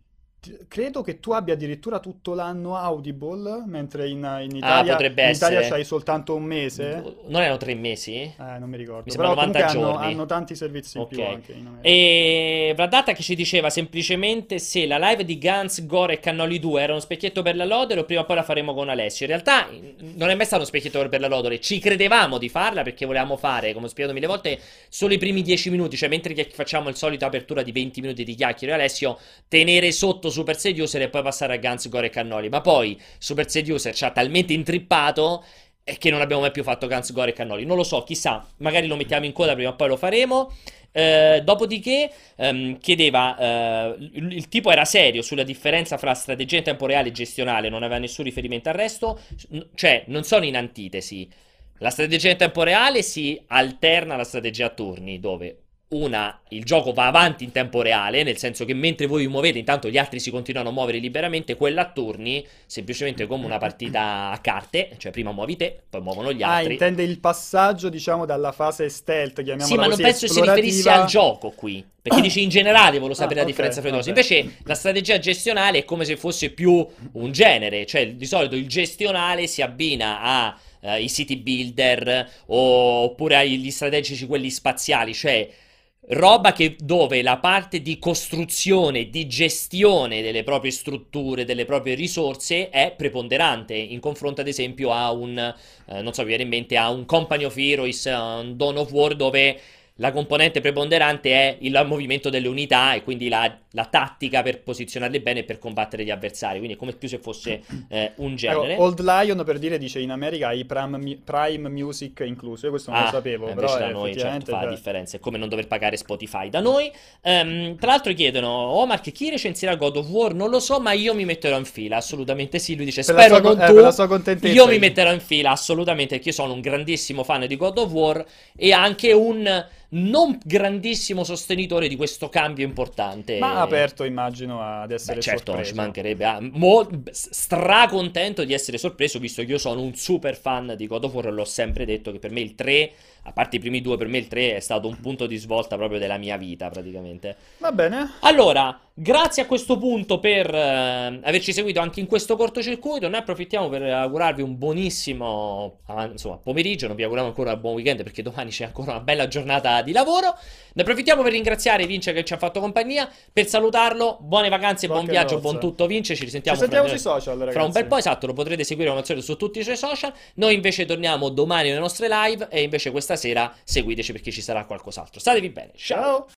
T- Credo che tu abbia addirittura tutto l'anno Audible, mentre in, in Ah, Italia, potrebbe in Italia essere. c'hai soltanto un mese. Non erano tre mesi? Eh, non mi Mi ricordo. sembra Però comunque novanta hanno, giorni. hanno tanti servizi in più Ok. anche in America. E Vradata che ci diceva semplicemente se la live di Guns, Gore e Cannoli due era uno specchietto per la Lodere o prima o poi la faremo con Alessio. In realtà mm, non è mai stato uno specchietto per la Lodere, ci credevamo di farla perché volevamo fare, come ho spiegato mille volte, solo i primi dieci minuti, cioè mentre chiacch- facciamo il solito apertura di venti minuti di chiacchiere Alessio, tenere sotto Super Seducer e poi passare a Guns, Gore e Cannoli. Ma poi Super Seducer ci ha talmente intrippato e che non abbiamo mai più fatto Guns, Gore e Cannoli. Non lo so, chissà, magari lo mettiamo in coda prima o poi lo faremo. Eh, dopodiché ehm, chiedeva, eh, il, il tipo era serio sulla differenza fra strategia in tempo reale e gestionale, non aveva nessun riferimento al resto, n- cioè non sono in antitesi. La strategia in tempo reale si alterna alla strategia a turni, dove una, il gioco va avanti in tempo reale, nel senso che mentre voi vi muovete, intanto gli altri si continuano a muovere liberamente, quella a turni, semplicemente come una partita a carte, cioè prima muovi te, poi muovono gli Ah, altri. intende il passaggio, diciamo, dalla fase stealth, Sì, chiamiamola ma non così, penso si riferisse esplorativa. al gioco qui. Perché dici in generale, volevo sapere Ah, la differenza ok, fra le cose. vabbè. Invece la strategia gestionale è come se fosse più un genere. Cioè, di solito il gestionale si abbina a eh, i city builder o- oppure agli strategici, quelli spaziali. Cioè, roba che dove la parte di costruzione, di gestione delle proprie strutture, delle proprie risorse è preponderante in confronto ad esempio a un, eh, non so, mi viene in mente a un Company of Heroes, a un Dawn of War dove la componente preponderante è il movimento delle unità e quindi la, la tattica per posizionarle bene e per combattere gli avversari, quindi è come più se fosse eh, un Ecco, genere. Old Lion per dire dice in America hai Prime, Mu- Prime Music incluso, io questo non lo Ah, sapevo, invece però da eh, noi certo effettivamente fa la cioè, differenza, è come non dover pagare Spotify da noi. Ehm, tra l'altro chiedono, Omar, che chi recensirà God of War? Non lo so, ma io mi metterò in fila, assolutamente sì. Lui dice, per la spero sua, co- non eh, tu, per la sua contentezza. io mi dice. metterò in fila, assolutamente, perché io sono un grandissimo fan di God of War e anche un non grandissimo sostenitore di questo cambio importante. Ma aperto immagino ad Beh, essere certo, non ci sorpreso. mancherebbe. ah, mo- stracontento di essere sorpreso, visto che io sono un super fan di God of War. L'ho sempre detto che per me il tre, a parte i primi due, per me il tre è stato un punto di svolta proprio della mia vita, praticamente. Va bene. Allora, grazie a questo punto per eh, averci seguito anche in questo cortocircuito. Noi approfittiamo per augurarvi un buonissimo ah, insomma, pomeriggio. Non vi auguriamo ancora un buon weekend perché domani c'è ancora una bella giornata di lavoro. Ne approfittiamo per ringraziare Vince che ci ha fatto compagnia, per salutarlo. Buone vacanze, buon Qualche viaggio, rozza. buon tutto Vince. Ci Ci risentiamo sentiamo fra, sui social, ragazzi. fra un bel po', esatto, lo potrete seguire come al solito su tutti i suoi social. Noi invece torniamo domani nelle nostre live e invece questa sera seguiteci perché ci sarà qualcos'altro. Statevi bene, ciao! Ciao.